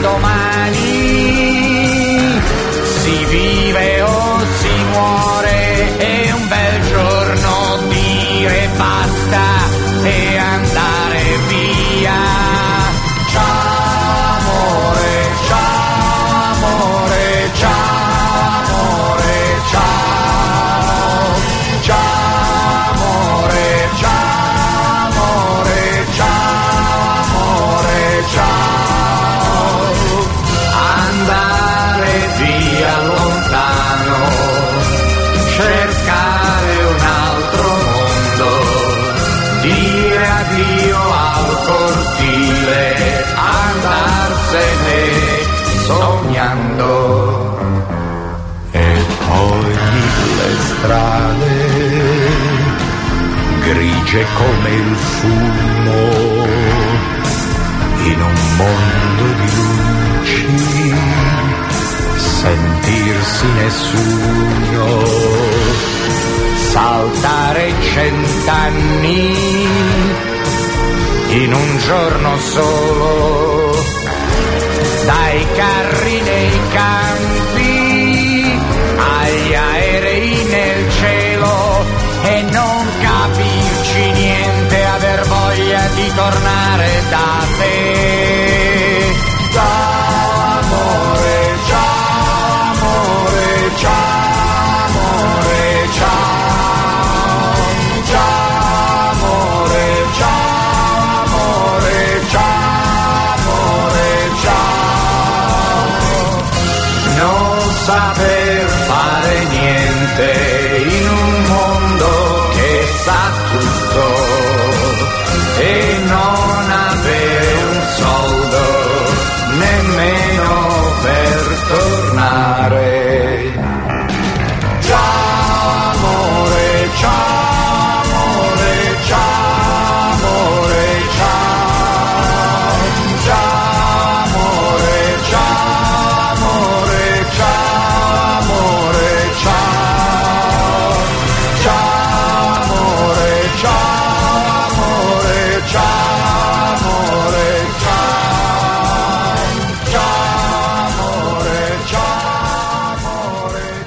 S5: domani si vive o si muore, e un bel giorno dire basta e andare via. Ciao
S12: piede sognando.
S1: E poi le strade grigie come il fumo, in un mondo di luci, sentirsi nessuno, saltare 100 anni in un giorno solo, dai carri nei campi agli aerei nel cielo, e non capirci niente, aver voglia di tornare da te. Ciao amore, ciao amore, ciao amore, ciao. Ciao amore, ciao amore, ciao amore, ciao. Non saper fare niente in un mondo che sa tutto e non avere un soldo nemmeno per tornare. Ciao amore, ciao amore, ciao amore, ciao. Ciao amore, ciao amore, ciao amore, ciao. Ciao amore, ciao amore, ciao amore, ciao. Ciao amore, ciao amore,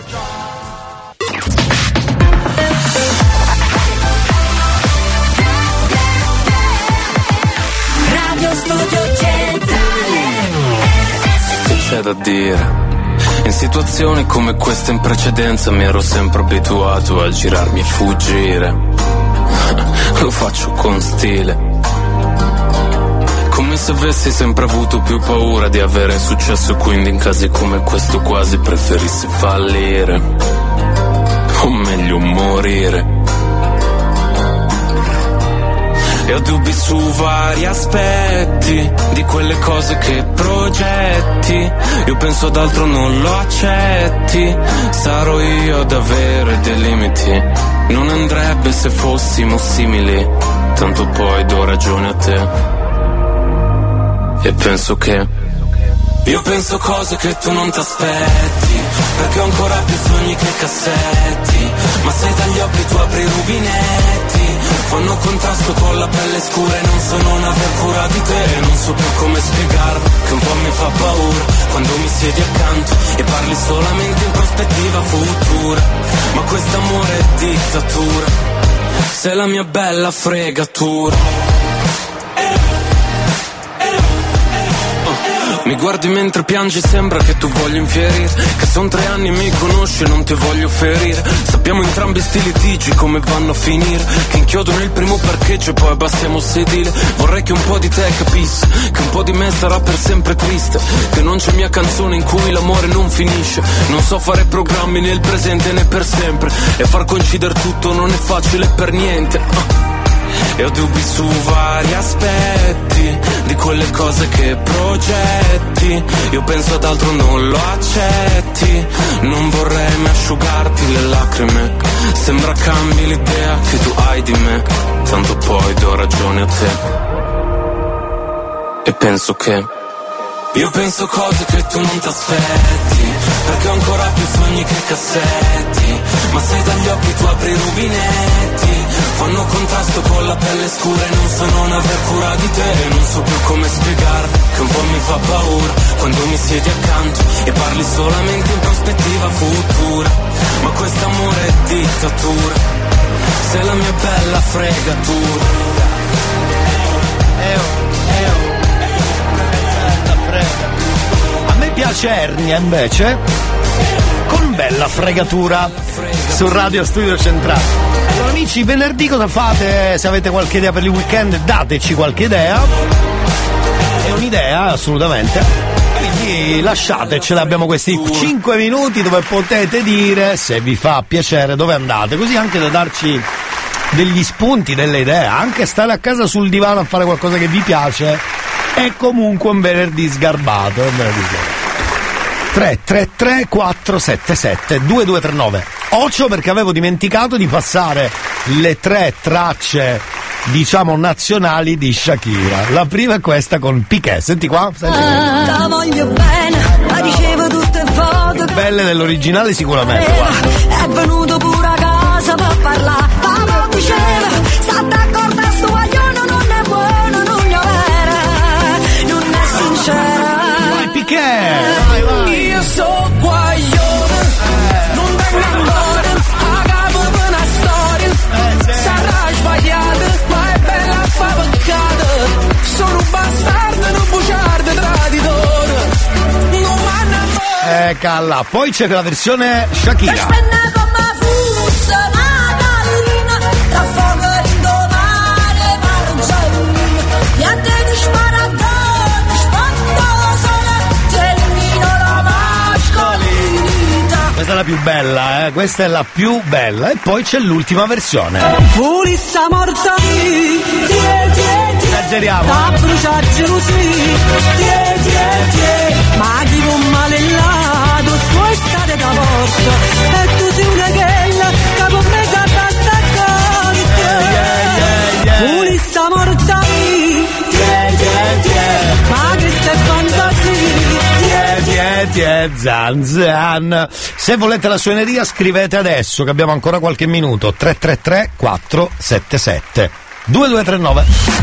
S14: Radio Studio Centrale.
S4: C'è da dire, in situazioni come queste in precedenza mi ero sempre abituato a girarmi e fuggire. Lo faccio con stile, come se avessi sempre avuto più paura di avere successo, quindi in casi come questo quasi preferissi fallire, o meglio morire. E ho dubbi su vari aspetti di quelle cose che progetti. Io penso ad altro, non lo accetti. Sarò io ad avere dei limiti. Non andrebbe se fossimo simili. Tanto poi do ragione a te. E penso che io penso cose che tu non ti aspetti, perché ho ancora più sogni che cassetti. Ma se dagli occhi tu apri i rubinetti, fanno contrasto con la pelle scura e non so non aver cura di te. E non so più come spiegarlo, che un po' mi fa paura quando mi siedi accanto e parli solamente in prospettiva futura. Ma quest'amore è dittatura, sei la mia bella fregatura. Mi guardi mentre piangi, sembra che tu voglia infierire, che son 3 anni mi conosci e non ti voglio ferire. Sappiamo entrambi sti litigi come vanno a finire, che inchiodo nel primo parcheggio e poi abbassiamo il sedile. Vorrei che un po' di te capisse che un po' di me sarà per sempre triste, che non c'è mia canzone in cui l'amore non finisce. Non so fare programmi nel presente né per sempre, e far coincidere tutto non è facile per niente. E ho dubbi su vari aspetti di quelle cose che progetti. Io penso ad altro, non lo accetti. Non vorrei mai asciugarti le lacrime, sembra cambi l'idea che tu hai di me. Tanto poi do ragione a te. E penso che io penso cose che tu non ti aspetti, perché ho ancora più sogni che cassetti. Ma se dagli occhi tu apri i rubinetti, fanno contrasto con la pelle scura e non so non aver cura di te. E non so più come spiegarlo, che un po' mi fa paura quando mi siedi accanto e parli solamente in prospettiva futura. Ma quest'amore è dittatura, sei la mia bella fregatura.
S1: A me piace Ernia invece, con bella fregatura, su Radio Studio Centrale. Allora amici, venerdì cosa fate? Se avete qualche idea per il weekend, dateci qualche idea. È un'idea, assolutamente. Quindi lasciatecela, abbiamo questi 5 minuti dove potete dire, se vi fa piacere, dove andate, così anche da darci degli spunti, delle idee, anche stare a casa sul divano a fare qualcosa che vi piace è comunque un venerdì sgarbato, 333 477 2239. Ocio, perché avevo dimenticato di passare le 3 tracce, diciamo, nazionali di Shakira. La prima è questa con Piqué, senti qua.
S14: La voglio bene, ma ricevo tutte foto.
S1: Belle dell'originale sicuramente, guarda.
S14: È venuto pure a casa per parlare, ma diceva, sta d'accordo a sto guaglione, non è buono, non è vera, non è sincera.
S1: Vai Piqué, vai.
S14: Io so guaglione, non vengo ancora, a capo per una storia, sarà sbagliata, ma è bella a fa peccato, sono un bastardo, un bugiardo, traditore, non vanno a
S1: calla. Poi c'è la versione Shakira. Questa è la più bella, questa è la più bella. E poi c'è l'ultima versione.
S14: Pulissa morta,
S1: esageriamo.
S14: da bruciare gelosia, ma chi non malellato, sto estate da porta, e tu sei una ghella, che con me s'abbassa accorta. Pulissa morta, ma che stai fantasia.
S1: Zan zan. Se volete la suoneria scrivete adesso che abbiamo ancora qualche minuto. 333 477 2239.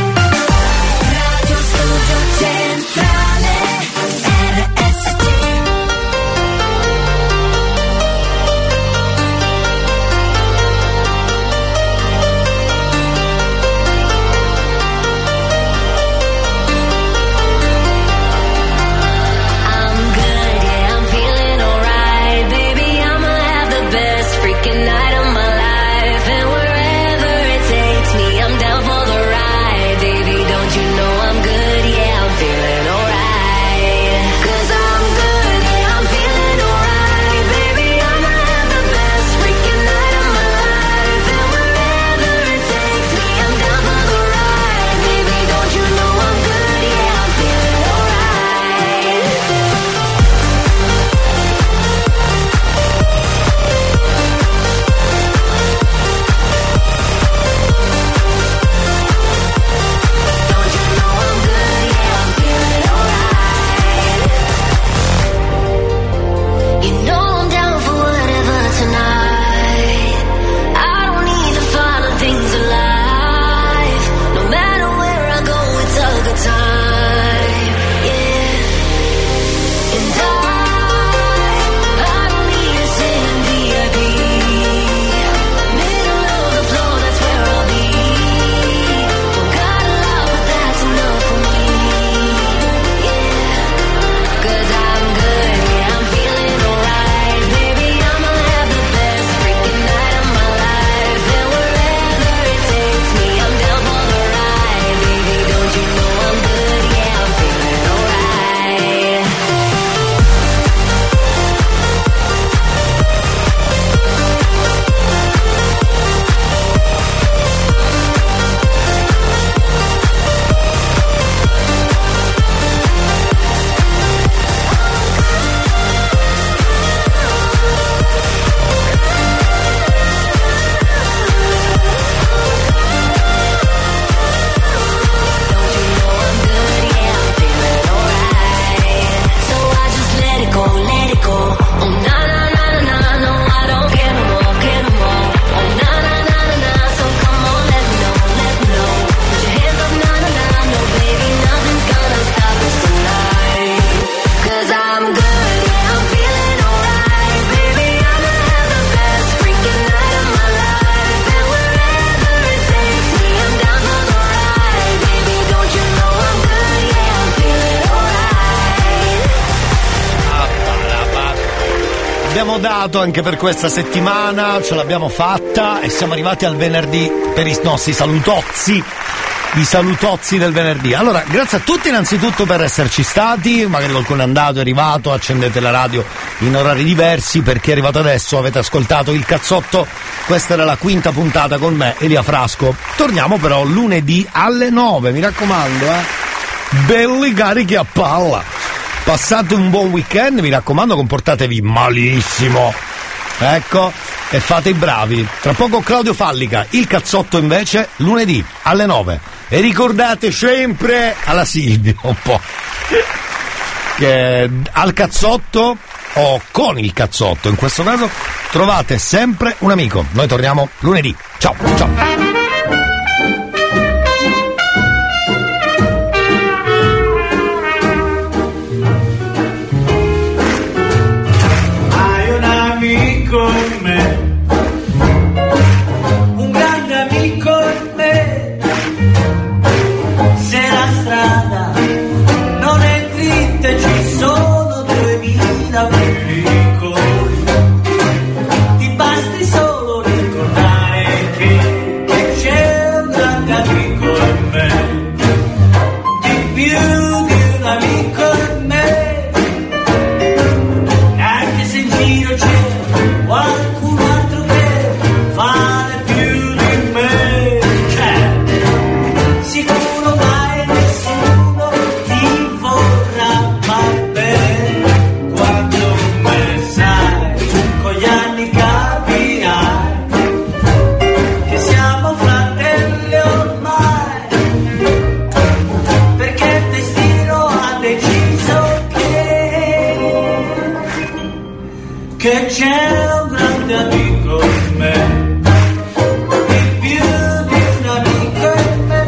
S1: Abbiamo dato anche per questa settimana, ce l'abbiamo fatta e siamo arrivati al venerdì per i nostri salutozzi, i salutozzi del venerdì. Allora, grazie a tutti innanzitutto per esserci stati, magari qualcuno è andato, è arrivato, accendete la radio in orari diversi, perché è arrivato adesso, avete ascoltato il cazzotto, questa era la quinta puntata con me, Elia Frasco. Torniamo però lunedì alle 9, mi raccomando, belli carichi a palla. Passate un buon weekend, mi raccomando, comportatevi malissimo. Ecco, e fate i bravi. Tra poco Claudio Fallica, il cazzotto invece lunedì alle 9. E ricordate sempre alla Silvia un po' che al cazzotto o con il cazzotto, in questo caso, trovate sempre un amico. Noi torniamo lunedì. Ciao, ciao.
S12: Con me, un grande amico in me. Se la strada non è dritta e ci sono 2000 pericoli, ti basti solo ricordare che c'è un grande amico in me, di più di un amico in me, anche se in giro c'è qualcun altro che vale più di me, sicuro mai nessuno ti vorrà bene, quando me sai, con gli anni capirai che siamo fratelli ormai, perché il destino ha deciso che c'è un grande amico in me, di più di un amico in me.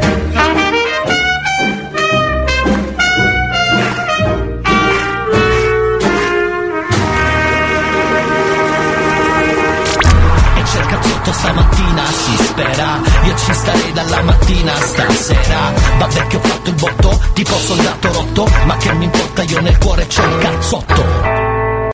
S18: E c'è il cazzotto stamattina, si spera, io ci starei dalla mattina stasera. Vabbè che ho fatto il botto, tipo soldato rotto, ma che mi importa, io nel cuore c'ho il cazzotto.